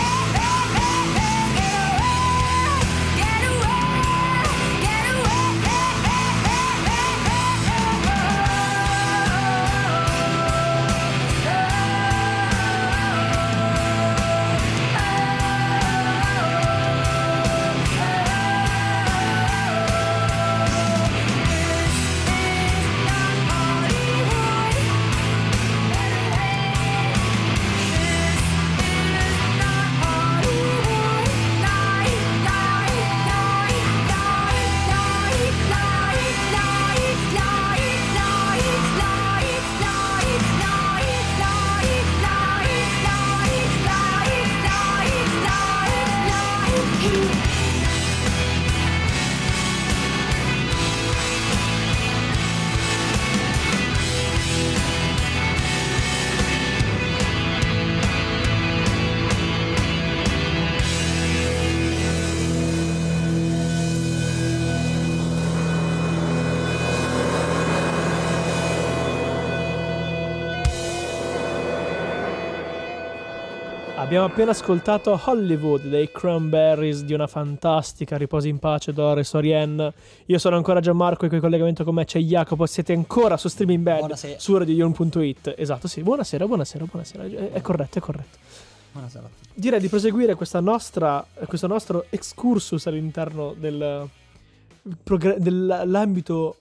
Abbiamo appena ascoltato Hollywood dei Cranberries, di una fantastica Riposi in pace Dolores O'Riordan. Io sono ancora Gianmarco e qui in collegamento con me c'è Jacopo. Siete ancora su Streaming Bed Buonasera. su radio yon punto it. Esatto, sì. Buonasera, buonasera, buonasera. È, è corretto, è corretto. Buonasera. Direi di proseguire questa nostra, questo nostro excursus all'interno del, progr- dell'ambito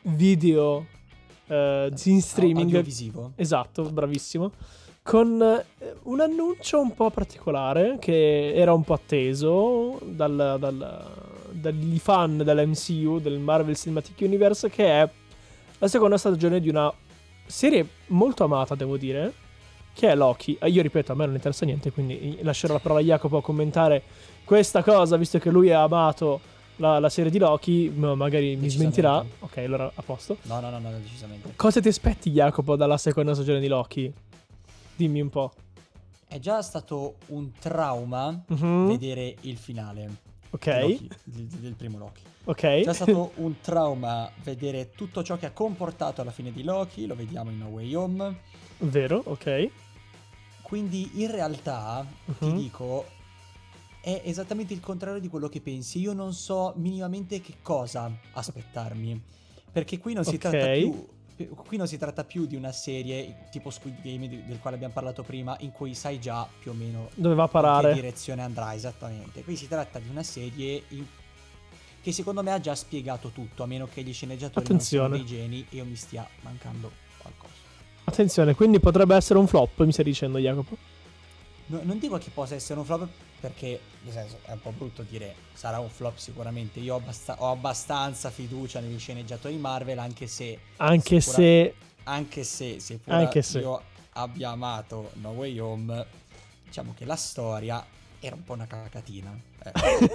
video eh, in streaming. Audiovisivo. Esatto, bravissimo. Con eh, un annuncio un po' particolare che era un po' atteso dal, dal, dagli fan dell'M C U, del Marvel Cinematic Universe, che è la seconda stagione di una serie molto amata, devo dire, che è Loki. Eh, io ripeto, a me non interessa niente, quindi lascerò la parola a Jacopo a commentare questa cosa, visto che lui ha amato la, la serie di Loki, ma magari mi smentirà. Ok, allora a posto. No, no, no, no, decisamente. Cosa ti aspetti, Jacopo, dalla seconda stagione di Loki? Dimmi un po'. È già stato un trauma Mhm. vedere il finale Ok, di Loki, del, del primo Loki. ok. È già stato un trauma vedere tutto ciò che ha comportato alla fine di Loki, lo vediamo in No Way Home. Vero, ok. Quindi in realtà, ti Mhm. dico, è esattamente il contrario di quello che pensi. Io non so minimamente che cosa aspettarmi, perché qui non si Ok. tratta più qui non si tratta più di una serie tipo Squid Game di- del quale abbiamo parlato prima, in cui sai già più o meno Dove va a in che parare. direzione andrà esattamente. Qui si tratta di una serie in- che secondo me ha già spiegato tutto, a meno che gli sceneggiatori Attenzione. non siano dei geni e io mi stia mancando qualcosa. Attenzione, quindi potrebbe essere un flop, mi stai dicendo, Jacopo? No- non dico che possa essere un flop, perché nel senso è un po' brutto dire sarà un flop sicuramente. Io ho, abbast- ho abbastanza fiducia negli sceneggiatori Marvel, anche se Anche sicura- se... anche se, se pure Anche se. io abbia amato No Way Home, diciamo che la storia era un po' una cacatina. Eh.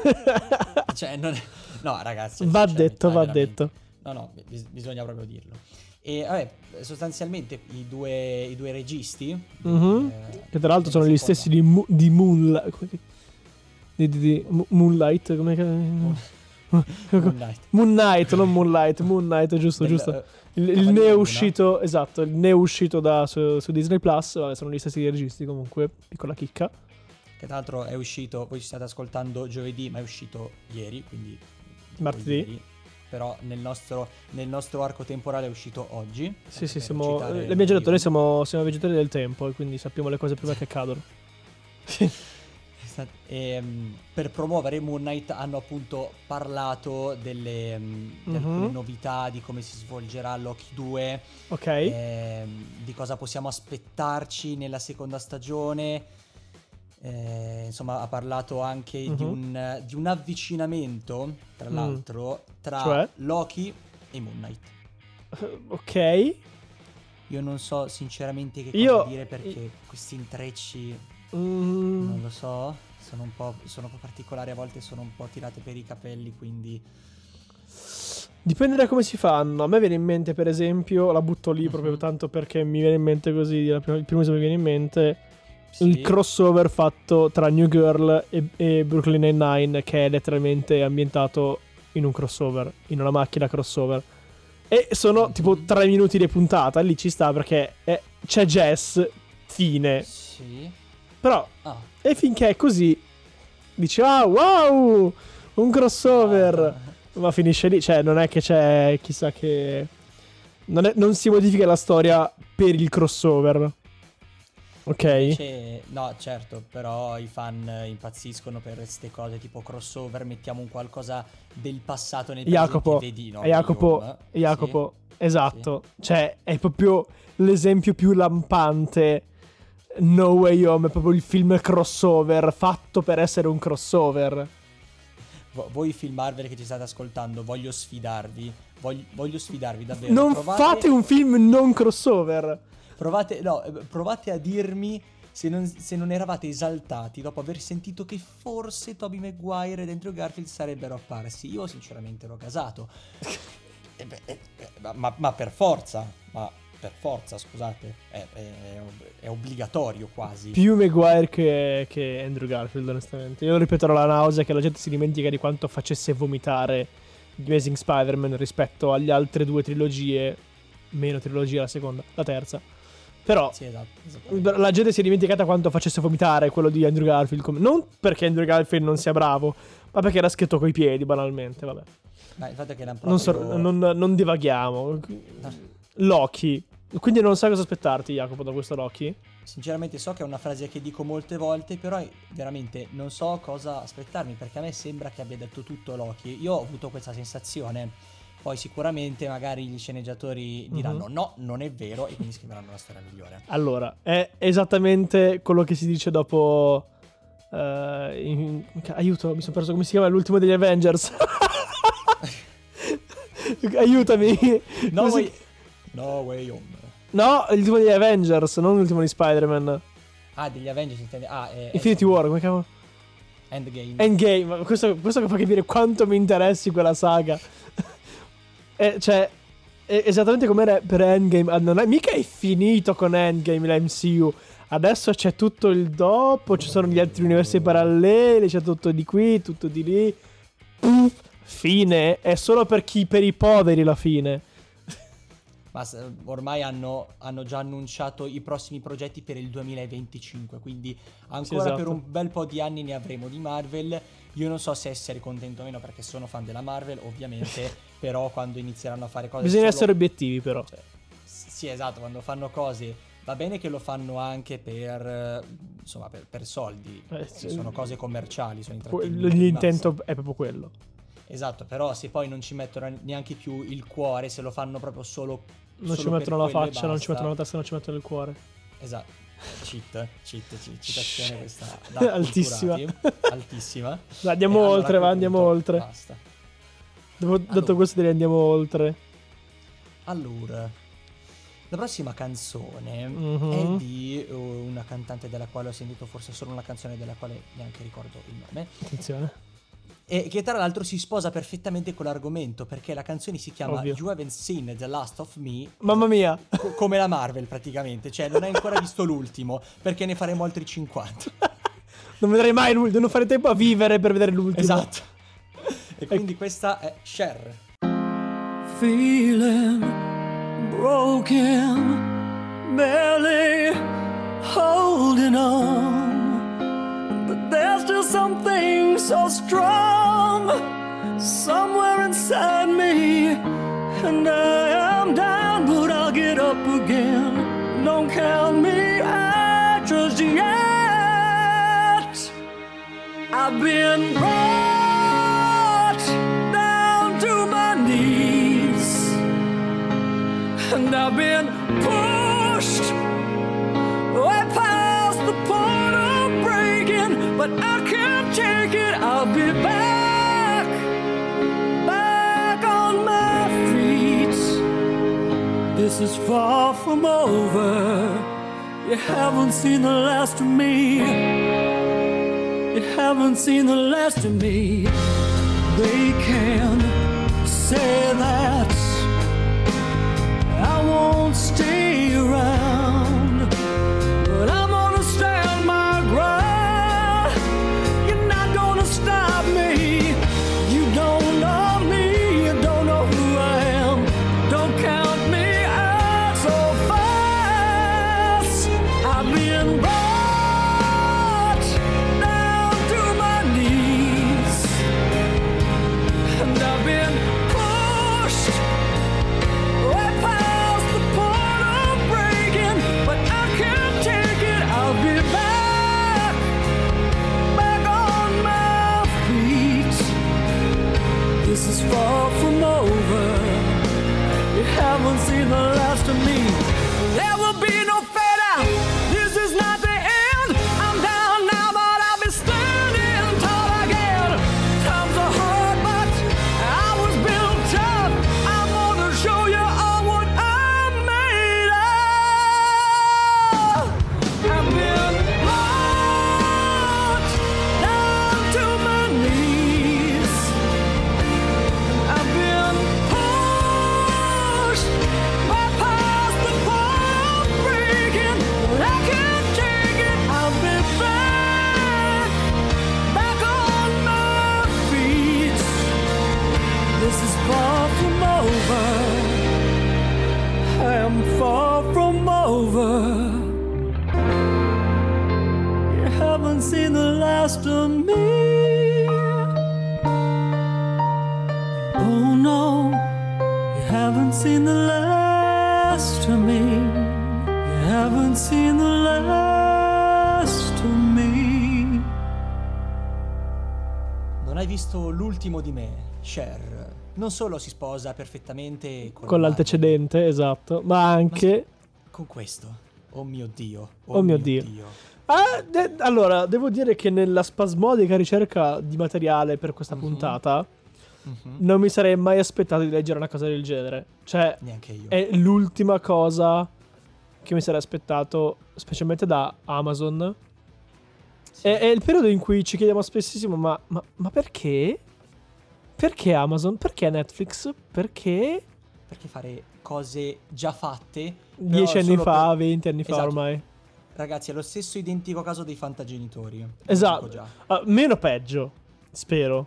Cioè, non è- no, ragazzi. Va sinceramente, detto, dai, va veramente. detto. No, no, bis- bisogna proprio dirlo. E vabbè, sostanzialmente i due, i due registi, Mhm. eh, Che tra l'altro sono della gli seconda- stessi di, Mo- di Moonlight. Come che- Di, di, di Mo- Moonlight, come che... Moon Knight. Moon Knight, non Moonlight, Moon Knight, giusto, Del, giusto. eh, Il, il Cavaliere ne è Luna. uscito, esatto, il ne è uscito da, su, su Disney Plus, vabbè, sono gli stessi registi comunque, piccola chicca. Che tra l'altro è uscito, voi ci state ascoltando giovedì, ma è uscito ieri, quindi tipo Martedì. ieri. Però nel nostro, nel nostro arco temporale è uscito oggi. Sì, sì, per siamo, citare le No mie Way genitori Home. siamo, siamo vegetari del tempo e quindi sappiamo le cose prima che accadono. Esatto. E, mm, per promuovere Moon Knight hanno appunto parlato delle, mm, di alcune Mhm. novità, di come si svolgerà Loki due, Ok, ehm, di cosa possiamo aspettarci nella seconda stagione. Eh, insomma, ha parlato anche di, Mhm. un, di un avvicinamento, tra Mm. l'altro, tra Cioè? Loki e Moon Knight. ok. Io non so sinceramente che cosa Io- dire, perché questi intrecci, Mm, non lo so, sono un po', sono un po' particolari, a volte sono un po' tirate per i capelli, quindi... Dipende da come si fanno. A me viene in mente, per esempio, la butto lì proprio Mhm. tanto perché mi viene in mente così, la prima- il primo che mi viene in mente, Sì. il crossover fatto tra New Girl e, e Brooklyn Nine-Nine, che è letteralmente ambientato in un crossover, in una macchina crossover. E sono Mhm. tipo tre minuti di puntata, lì ci sta perché è- c'è Jess, fine. Sì. Però, Ah, e finché è così, dici, ah, wow, un crossover. ah, Ma finisce lì, cioè non è che c'è chissà che... Non, è- non si modifica la storia per il crossover. Ok? invece- no, certo, però i fan impazziscono per queste cose tipo crossover, mettiamo un qualcosa del passato nel Jacopo, presente, vedi, no, Jacopo, Way Home, Jacopo, esatto. Cioè è proprio l'esempio più lampante. No Way Home è proprio il film crossover fatto per essere un crossover. Vo- voi film Marvel che ci state ascoltando, voglio sfidarvi, voglio, voglio sfidarvi davvero. Non provate, fate un film non crossover. provate, no, eh, provate a dirmi se non, se non eravate esaltati dopo aver sentito che forse Tobey Maguire e Andrew Garfield sarebbero apparsi. Io sinceramente ero gasato. Eh beh, eh, eh, ma- ma, ma per forza, ma per forza, scusate, è, è- è ob- è obbligatorio quasi. Più Maguire che, che Andrew Garfield, onestamente. Io lo ripeterò la nausea che la gente si dimentica di quanto facesse vomitare The Amazing Spider-Man rispetto alle altre due trilogie. Meno trilogia la seconda, la terza. Però Sì, esatto, esattamente. la gente si è dimenticata quanto facesse vomitare quello di Andrew Garfield. come- Non perché Andrew Garfield non sia bravo, ma perché era scritto coi piedi, banalmente. Vabbè. Ma il fatto è che l'hanno Non, so- proprio- non, non divaghiamo. Loki. Quindi non sai cosa aspettarti, Jacopo, da questo Loki? Sinceramente so che è una frase che dico molte volte, però veramente non so cosa aspettarmi, perché a me sembra che abbia detto tutto Loki. Io ho avuto questa sensazione, poi sicuramente magari gli sceneggiatori diranno Mhm. no, non è vero, e quindi scriveranno una storia migliore. Allora, è esattamente quello che si dice dopo... eh, in- aiuto, mi sono perso come si chiama l'ultimo degli Avengers. Aiutami. No Come si- way, no way home. No, l'ultimo degli Avengers, non l'ultimo di Spider-Man. Ah, degli Avengers intendi? Ah, è, Infinity War, come cavolo? Endgame. Endgame, ma questo, questo fa capire quanto mi interessi quella saga. Eh, cioè, è esattamente come era per Endgame. Ah, non è, mica è finito con Endgame la M C U. Adesso c'è tutto il dopo, ci sono gli altri universi paralleli, c'è tutto di qui, tutto di lì. Puff, fine. È solo per chi, per i poveri la fine. Ma s- ormai hanno, hanno già annunciato i prossimi progetti per il duemilaventicinque, quindi ancora esatto. per un bel po' di anni ne avremo di Marvel. Io non so se essere contento o meno, perché sono fan della Marvel, ovviamente, però quando inizieranno a fare cose Bisogna solo- essere obiettivi, però. cioè, sì, esatto, quando fanno cose, va bene che lo fanno anche per, eh, insomma, per, per soldi, Eh, se sì. sono cose commerciali, sono Que- intrattenimento di L'intento massa. è proprio quello. Esatto, però se poi non ci mettono neanche più il cuore, se lo fanno proprio solo Non solo ci mettono la per quello e faccia, non ci basta. mettono la testa, non ci mettono il cuore. Esatto. Cheat, cheat, cheat, citazione questa da Altissima. acculturati. Altissima. Dai, andiamo E allora, oltre, a va, quel andiamo punto, oltre. Basta. Dopo, detto Allora. questo, direi andiamo oltre. Allora, la prossima canzone Mhm. è di uh, una cantante della quale ho sentito forse solo una canzone della quale neanche ricordo il nome, Attenzione. e che tra l'altro si sposa perfettamente con l'argomento, perché la canzone si chiama Ovvio. You Haven't Seen The Last of Me, Mamma mia. co- come la Marvel praticamente, cioè non hai ancora visto l'ultimo, perché ne faremo altri cinquanta. Non vedrei mai l'ultimo. Non fare tempo a vivere per vedere l'ultimo. Esatto. E quindi questa è Cher. Feeling broken, barely holding on. But there's still something so strong somewhere inside me. And I am down, but I'll get up again. Don't count me out just yet. I've been brought down to my knees, and I've been pushed way past the point of breaking, but I can't take it. I'll be back, back on my feet. This is far from over. You haven't seen the last of me. You haven't seen the last of me. They can say that I won't stay around, but I'm gonna stand my ground. You're not gonna stop me. You don't know me, you don't know who I am. Don't count me out so fast. I've been brought down to my knees, and I've been pushed way past the point of breaking, but I can't take it. I'll be back, back on my feet. This is far from over. You haven't seen the last of me. There will be no fade out. This is not the end. I'm down now, but I'll be standing tall again. Times are hard, but I was built tough. I'm gonna show you all what I'm made of. I've been brought down to my knees. I've been pushed right past the point of breaking. I can't take it. I'll be back, back on my feet. This is far from over. I am far from over. You haven't seen the last of me. Oh no, you haven't seen the last of me. You haven't seen the last of me. Non hai visto l'ultimo di me, Cher non solo si sposa perfettamente con, Con l'antecedente, esatto, ma anche... con questo. Oh mio Dio. Oh mio Dio. Ah, de- allora, devo dire che nella spasmodica ricerca di materiale per questa Mhm. puntata Mhm. non mi sarei mai aspettato di leggere una cosa del genere. Cioè, Neanche io. è l'ultima cosa che mi sarei aspettato, specialmente da Amazon. Sì. È, è il periodo in cui ci chiediamo spessissimo, ma, ma, ma perché? Perché Amazon? Perché Netflix? Perché Perché fare cose già fatte? dieci però anni solo fa, per- venti anni fa Esatto. ormai? Ragazzi, è lo stesso identico caso dei fantagenitori. Lo Esatto. dico già. Ah, meno peggio, spero.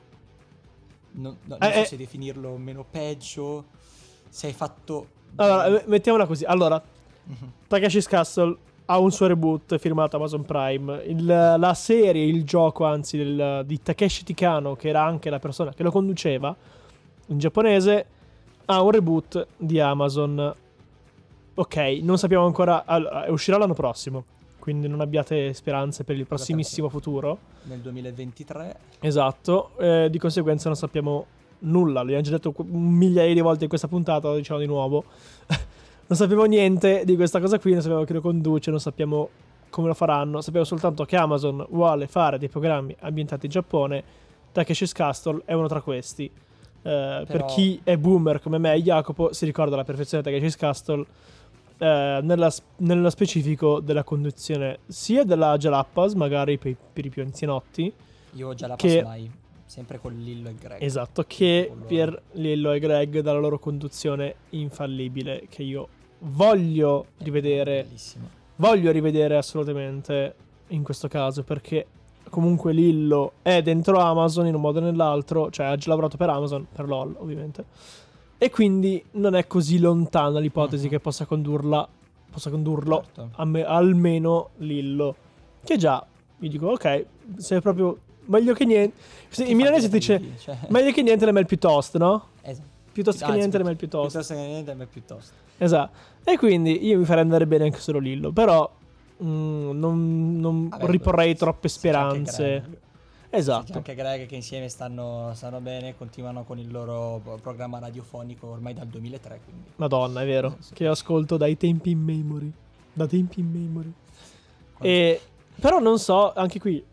Non, no, non Eh, so eh. se definirlo meno peggio. Se hai fatto. Allora, eh, mettiamola così. Allora, Mhm. Takeshi's Castle ha un suo reboot firmato Amazon Prime. Il- la serie, il gioco anzi del- di Takeshi Tikano, che era anche la persona che lo conduceva in giapponese, ha un reboot di Amazon. Ok, non sappiamo ancora. Allora, uscirà l'anno prossimo, quindi non abbiate speranze per il prossimissimo futuro. Nel duemilaventitré. Esatto, eh, di conseguenza non sappiamo nulla. L'abbiamo già detto qu- migliaia di volte in questa puntata, lo diciamo di nuovo. Non sappiamo niente di questa cosa qui, non sappiamo chi lo conduce, non sappiamo come lo faranno. Sappiamo soltanto che Amazon vuole fare dei programmi ambientati in Giappone. Takeshi's Castle è uno tra questi. Eh, Per chi è boomer come me e Jacopo si ricorda alla perfezione Takeshi's Castle, eh, nella s- nello specifico della conduzione sia della Jalapas, magari per, i- per i più anzianotti, Io già la Che- passo mai. Sempre con Lillo e Greg. esatto, che Con loro. per Lillo e Greg dalla loro conduzione infallibile, che io voglio Eh, rivedere, Bellissimo. voglio rivedere assolutamente in questo caso, perché comunque Lillo è dentro Amazon in un modo o nell'altro, cioè ha già lavorato per Amazon, per LOL ovviamente, e quindi non è così lontana l'ipotesi Mhm. che possa condurla, possa condurlo Certo. a me- almeno Lillo, che già mi dico ok, sei proprio meglio che niente. Sì, Chi in fa milanese dire dice così? Cioè, meglio che niente, le meglio piuttosto, no? esatto. Piuttosto che Anzi, niente, le pi- meglio piuttosto. Piuttosto che niente, ma piuttosto. Esatto. E quindi io mi farei andare bene anche solo Lillo, però mm, non, non Vabbè, riporrei troppe se c'è anche speranze. Greg. C'è Esatto. anche Greg che insieme stanno, stanno bene, continuano con il loro pro- programma radiofonico ormai dal duemilatré, quindi Madonna, è vero. Sì. Che io ascolto dai tempi in memory. Da tempi in memory. Quando- E però non so, anche qui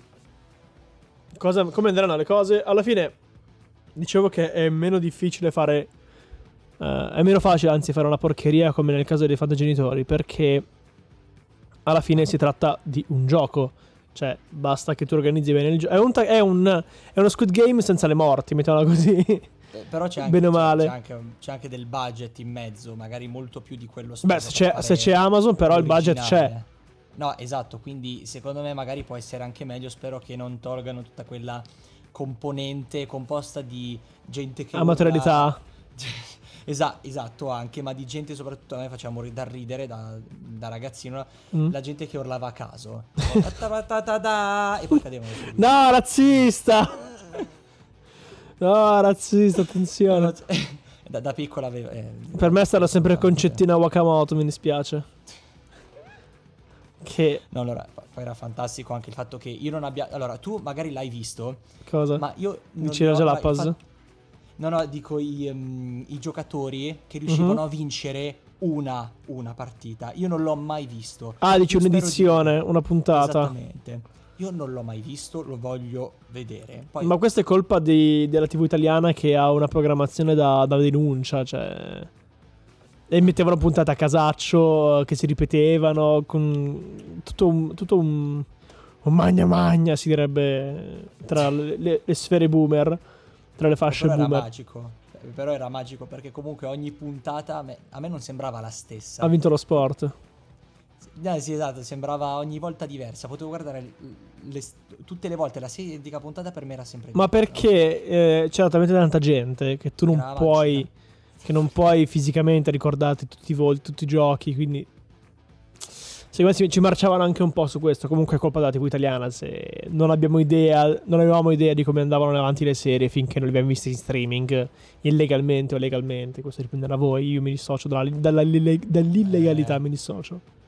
cosa, come andranno le cose. Alla fine dicevo che è meno difficile fare eh, è meno facile anzi fare una porcheria come nel caso dei fantagenitori, perché alla fine si tratta di un gioco. Cioè, basta che tu organizzi bene il gioco. È, un ta- è, un, è uno Squid Game senza le morti, mettiamola così. Eh, però c'è anche, Bene o c'è- male. C'è anche, c'è anche del budget in mezzo, magari molto più di quello Beh, speso se per c'è, fare se c'è Amazon, però il budget l'originale. c'è. No, esatto, quindi secondo me magari può essere anche meglio. Spero che non tolgano tutta quella componente composta di gente che Amatorialità. urla- Esa- esatto, anche, ma di gente soprattutto a me faceva morire da ridere da, da ragazzino, Mm. la gente che urlava a caso. Ta-ta-ta-ta-ta, e poi cadevano su. No, razzista! No, razzista, attenzione. Da, da piccola aveva... eh, Per me sarà sempre il assolutamente. concettino Wakamoto, mi dispiace. Che No, allora, poi era fantastico anche il fatto che io non abbia... Allora, tu magari l'hai visto, cosa? ma io... non Dici la ho- Jalapas? infatti- No, no, dico i, ehm, i giocatori che riuscivano Mhm. a vincere una, una partita. Io non l'ho mai visto. Ah, dici Io spero un'edizione, di- una puntata. Esattamente. Io non l'ho mai visto, lo voglio vedere. Poi, Ma questa è colpa di- della tivù italiana che ha una programmazione da, da denuncia, cioè... E mettevano puntate a casaccio, che si ripetevano, con tutto un... Tutto un, un magna magna, si direbbe, tra le, le- le sfere boomer, tra le fasce però era boomer. magico. Però era magico perché comunque ogni puntata a me, a me non sembrava la stessa. Ha vinto lo sport. Eh, sì, esatto, sembrava ogni volta diversa. Potevo guardare le- le- tutte le volte la stessa identica puntata, per me era sempre Ma diversa. perché eh, c'era talmente tanta gente che tu non Era puoi... magica. Che non puoi fisicamente ricordarti tutti i volti, tutti i giochi, quindi... Secondo me ci- ci marciavano anche un po' su questo. Comunque è colpa della tivù italiana se non abbiamo idea, non avevamo idea di come andavano avanti le serie finché non le abbiamo viste in streaming, illegalmente o legalmente. Questo dipende da voi. Io mi dissocio dalla, dalla- dall'illegalità, Eh. mi dissocio.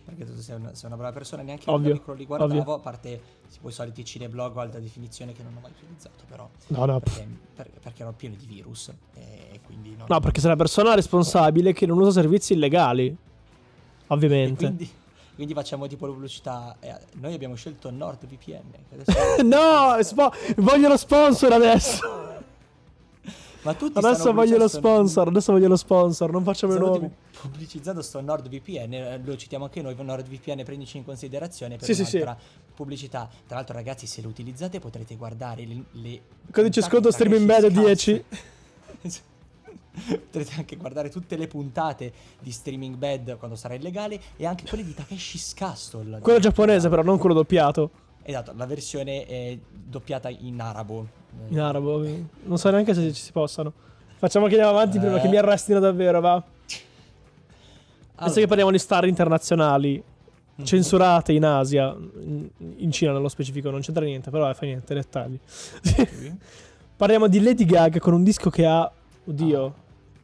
perché tu sei una, sei una brava persona, neanche Ovvio, io quello li guardavo, ovvio. a parte tipo i soliti cineblog o alta definizione che non ho mai utilizzato, però No, no. perché, per- perché erano pieni di virus e quindi non... No, perché sei una persona responsabile che non usa servizi illegali. E Ovviamente. quindi, quindi facciamo tipo la pubblicità. eh, Noi abbiamo scelto NordVPN. che adesso- No, spo- voglio lo sponsor adesso. Ma tutti Adesso stanno voglio lo pubblicizzando- sponsor. Adesso voglio lo sponsor. Non facciamo i Stiamo nomi. tipo pubblicizzando sto NordVPN, eh, lo citiamo anche noi, NordVPN prendici in considerazione per Sì, sì, sì. un'altra pubblicità. Tra l'altro ragazzi, se lo utilizzate potrete guardare le, le Codice puntate sconto di Streaming Takeshi's Bad Cast. dieci. Potrete anche guardare tutte le puntate di Streaming Bad quando sarà illegale e anche quelle di Takeshi's Castle. Quello giapponese, però, non quello doppiato. Esatto, la versione è doppiata in arabo. In arabo. Non so neanche se ci si possano. Facciamo che andiamo avanti prima Eh. che mi arrestino davvero, va. Adesso che parliamo di star internazionali Mhm. censurate in Asia, in in Cina nello specifico, non c'entra niente, però eh, fa niente, dettagli. Sì. Parliamo di Lady Gaga con un disco che ha, oddio,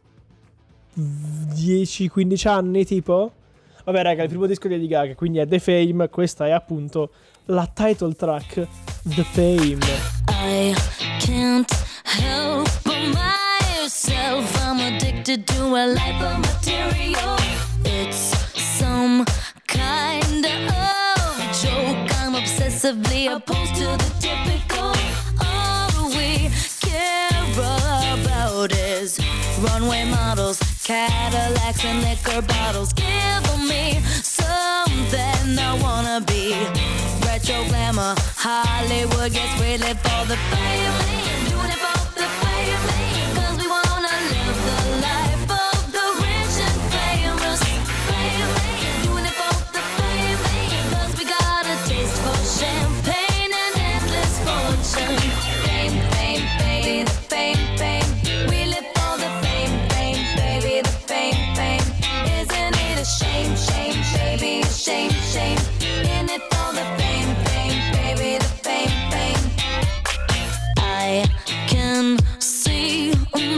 dieci quindici anni tipo. Vabbè raga, il primo disco di Lady Gaga, quindi è The Fame, questa è appunto la title track, The Fame. I can't help but myself. I'm addicted to a life of material. It's some kind of joke. I'm obsessively opposed to the typical. All we care about is runway models, Cadillacs, and liquor bottles. Give me something I wanna be. Retro glamour, Hollywood gets really for the fame. Doing it for the fame, cause we wanna live the life of the rich and famous. Fame, doing it for the fame, cause we got a taste for champagne and endless fortune. Fame, fame, baby, the fame, fame. We live for the fame, fame, baby, the fame, fame. Isn't it a shame, shame, baby, a shame, shame. In it for the fame, fame, baby, the fame, fame. I can see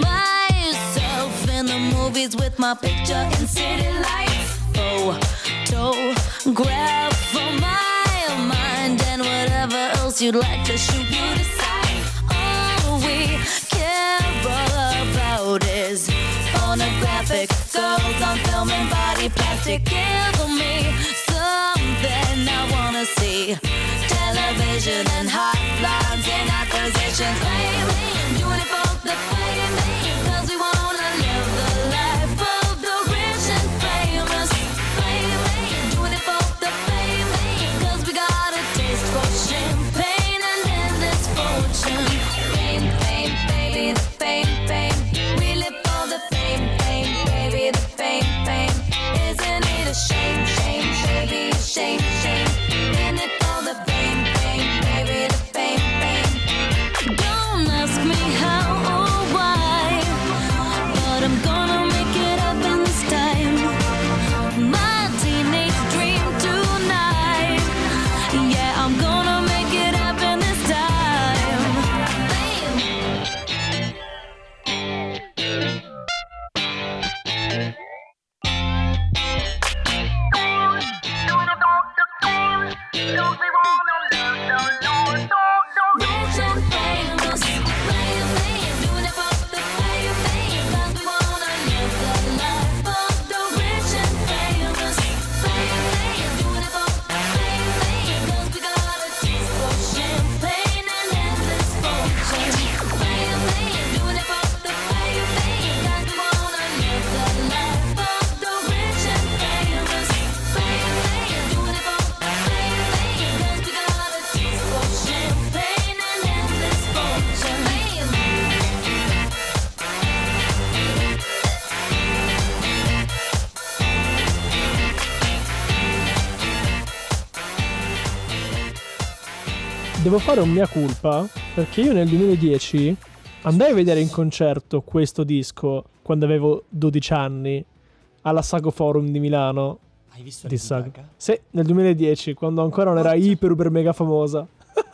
myself in the movies with my picture in city lights. Photograph for my mind and whatever else you'd like to shoot, you decide. All we care about is pornographic girls on film and body plastic. Give me something I wanna see. Television and hot lines and acquisitions. Fame, doing it for the fame, cause we wanna live the life of the rich and famous. Fame, doing it for the fame, cause we got a taste for champagne and endless fortune. Fame, fame, baby, the fame, fame. We live for the fame, fame, baby, the fame, fame. Isn't it a shame, shame, baby, a shame, shame. In it for the fame, fame, baby, the fame, fame. Don't ask me how or why, but I'm gonna make it happen this time. My teenage dream tonight. Yeah, I'm gonna make it happen this time. Rich and famous, doing it for the fame, cause we wanna live the life of the rich and famous. Doing it for the fame, cause we got a taste for champagne and endless fortune. Doing it for the fame, cause we wanna live the life of the rich and famous. Doing it for the fame, cause we got a taste for champagne and endless fortune. Devo fare un mia colpa perché io nel duemiladieci andai a vedere in concerto questo disco quando avevo dodici anni alla Sago Forum di Milano. Hai visto Di Lady Sago. Gaga? Sì, nel duemiladieci, quando ancora non era iper uber mega famosa.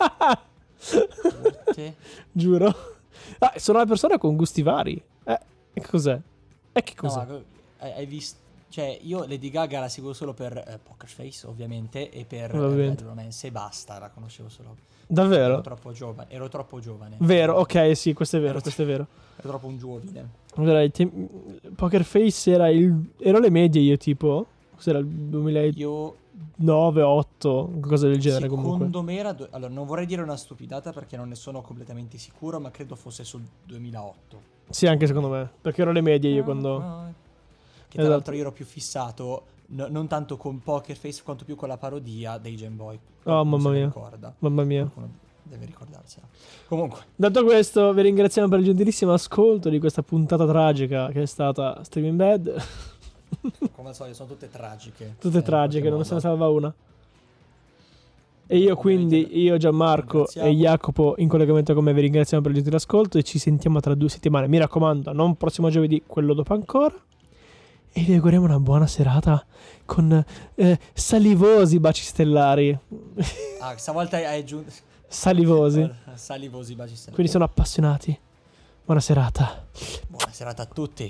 Sì. Giuro. Ah, sono una persona con gusti vari. Eh, e che cos'è? E che No, cos'è? ma hai, hai visto Cioè, io Lady Gaga la seguo solo per eh, Poker Face, ovviamente, e per eh, Ovviamente. Bad Romance, e basta, la conoscevo solo. Davvero? Ero troppo giovane, ero troppo giovane. Vero, ok, sì, questo è vero, Ero questo è vero. Ero troppo un giovine. Allora, i tem- Poker Face era il... ero le medie io, tipo. Cos'era il duemilanove, Io otto, qualcosa del genere secondo comunque. me era do- allora non vorrei dire una stupidata perché non ne sono completamente sicuro, ma credo fosse sul duemilaotto. Sì, anche secondo me, perché ero le medie io Ah, quando... ah. Che tra Esatto. l'altro io ero più fissato no- non tanto con Poker Face quanto più con la parodia dei Game Boy. Oh, Qualcuno mamma se ne mia. ricorda. Mamma mia. Qualcuno deve ricordarsela. Comunque, Detto questo, vi ringraziamo per il gentilissimo ascolto di questa puntata tragica che è stata Streaming Bad. come al solito sono tutte tragiche. Tutte Eh, in tragiche, qualche non se ne modo. salva una. E io quindi, Ovviamente io Gianmarco ringraziamo. e Jacopo in collegamento con me vi ringraziamo per il gentile ascolto e ci sentiamo tra due settimane. Mi raccomando, non prossimo giovedì, quello dopo ancora. E vi auguriamo una buona serata con eh, salivosi baci stellari. Ah, stavolta hai aggiunto Salivosi. Salivosi baci stellari. Quindi sono appassionati. Buona serata. Buona serata a tutti.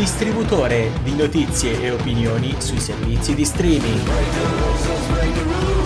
Distributore di notizie e opinioni sui servizi di streaming.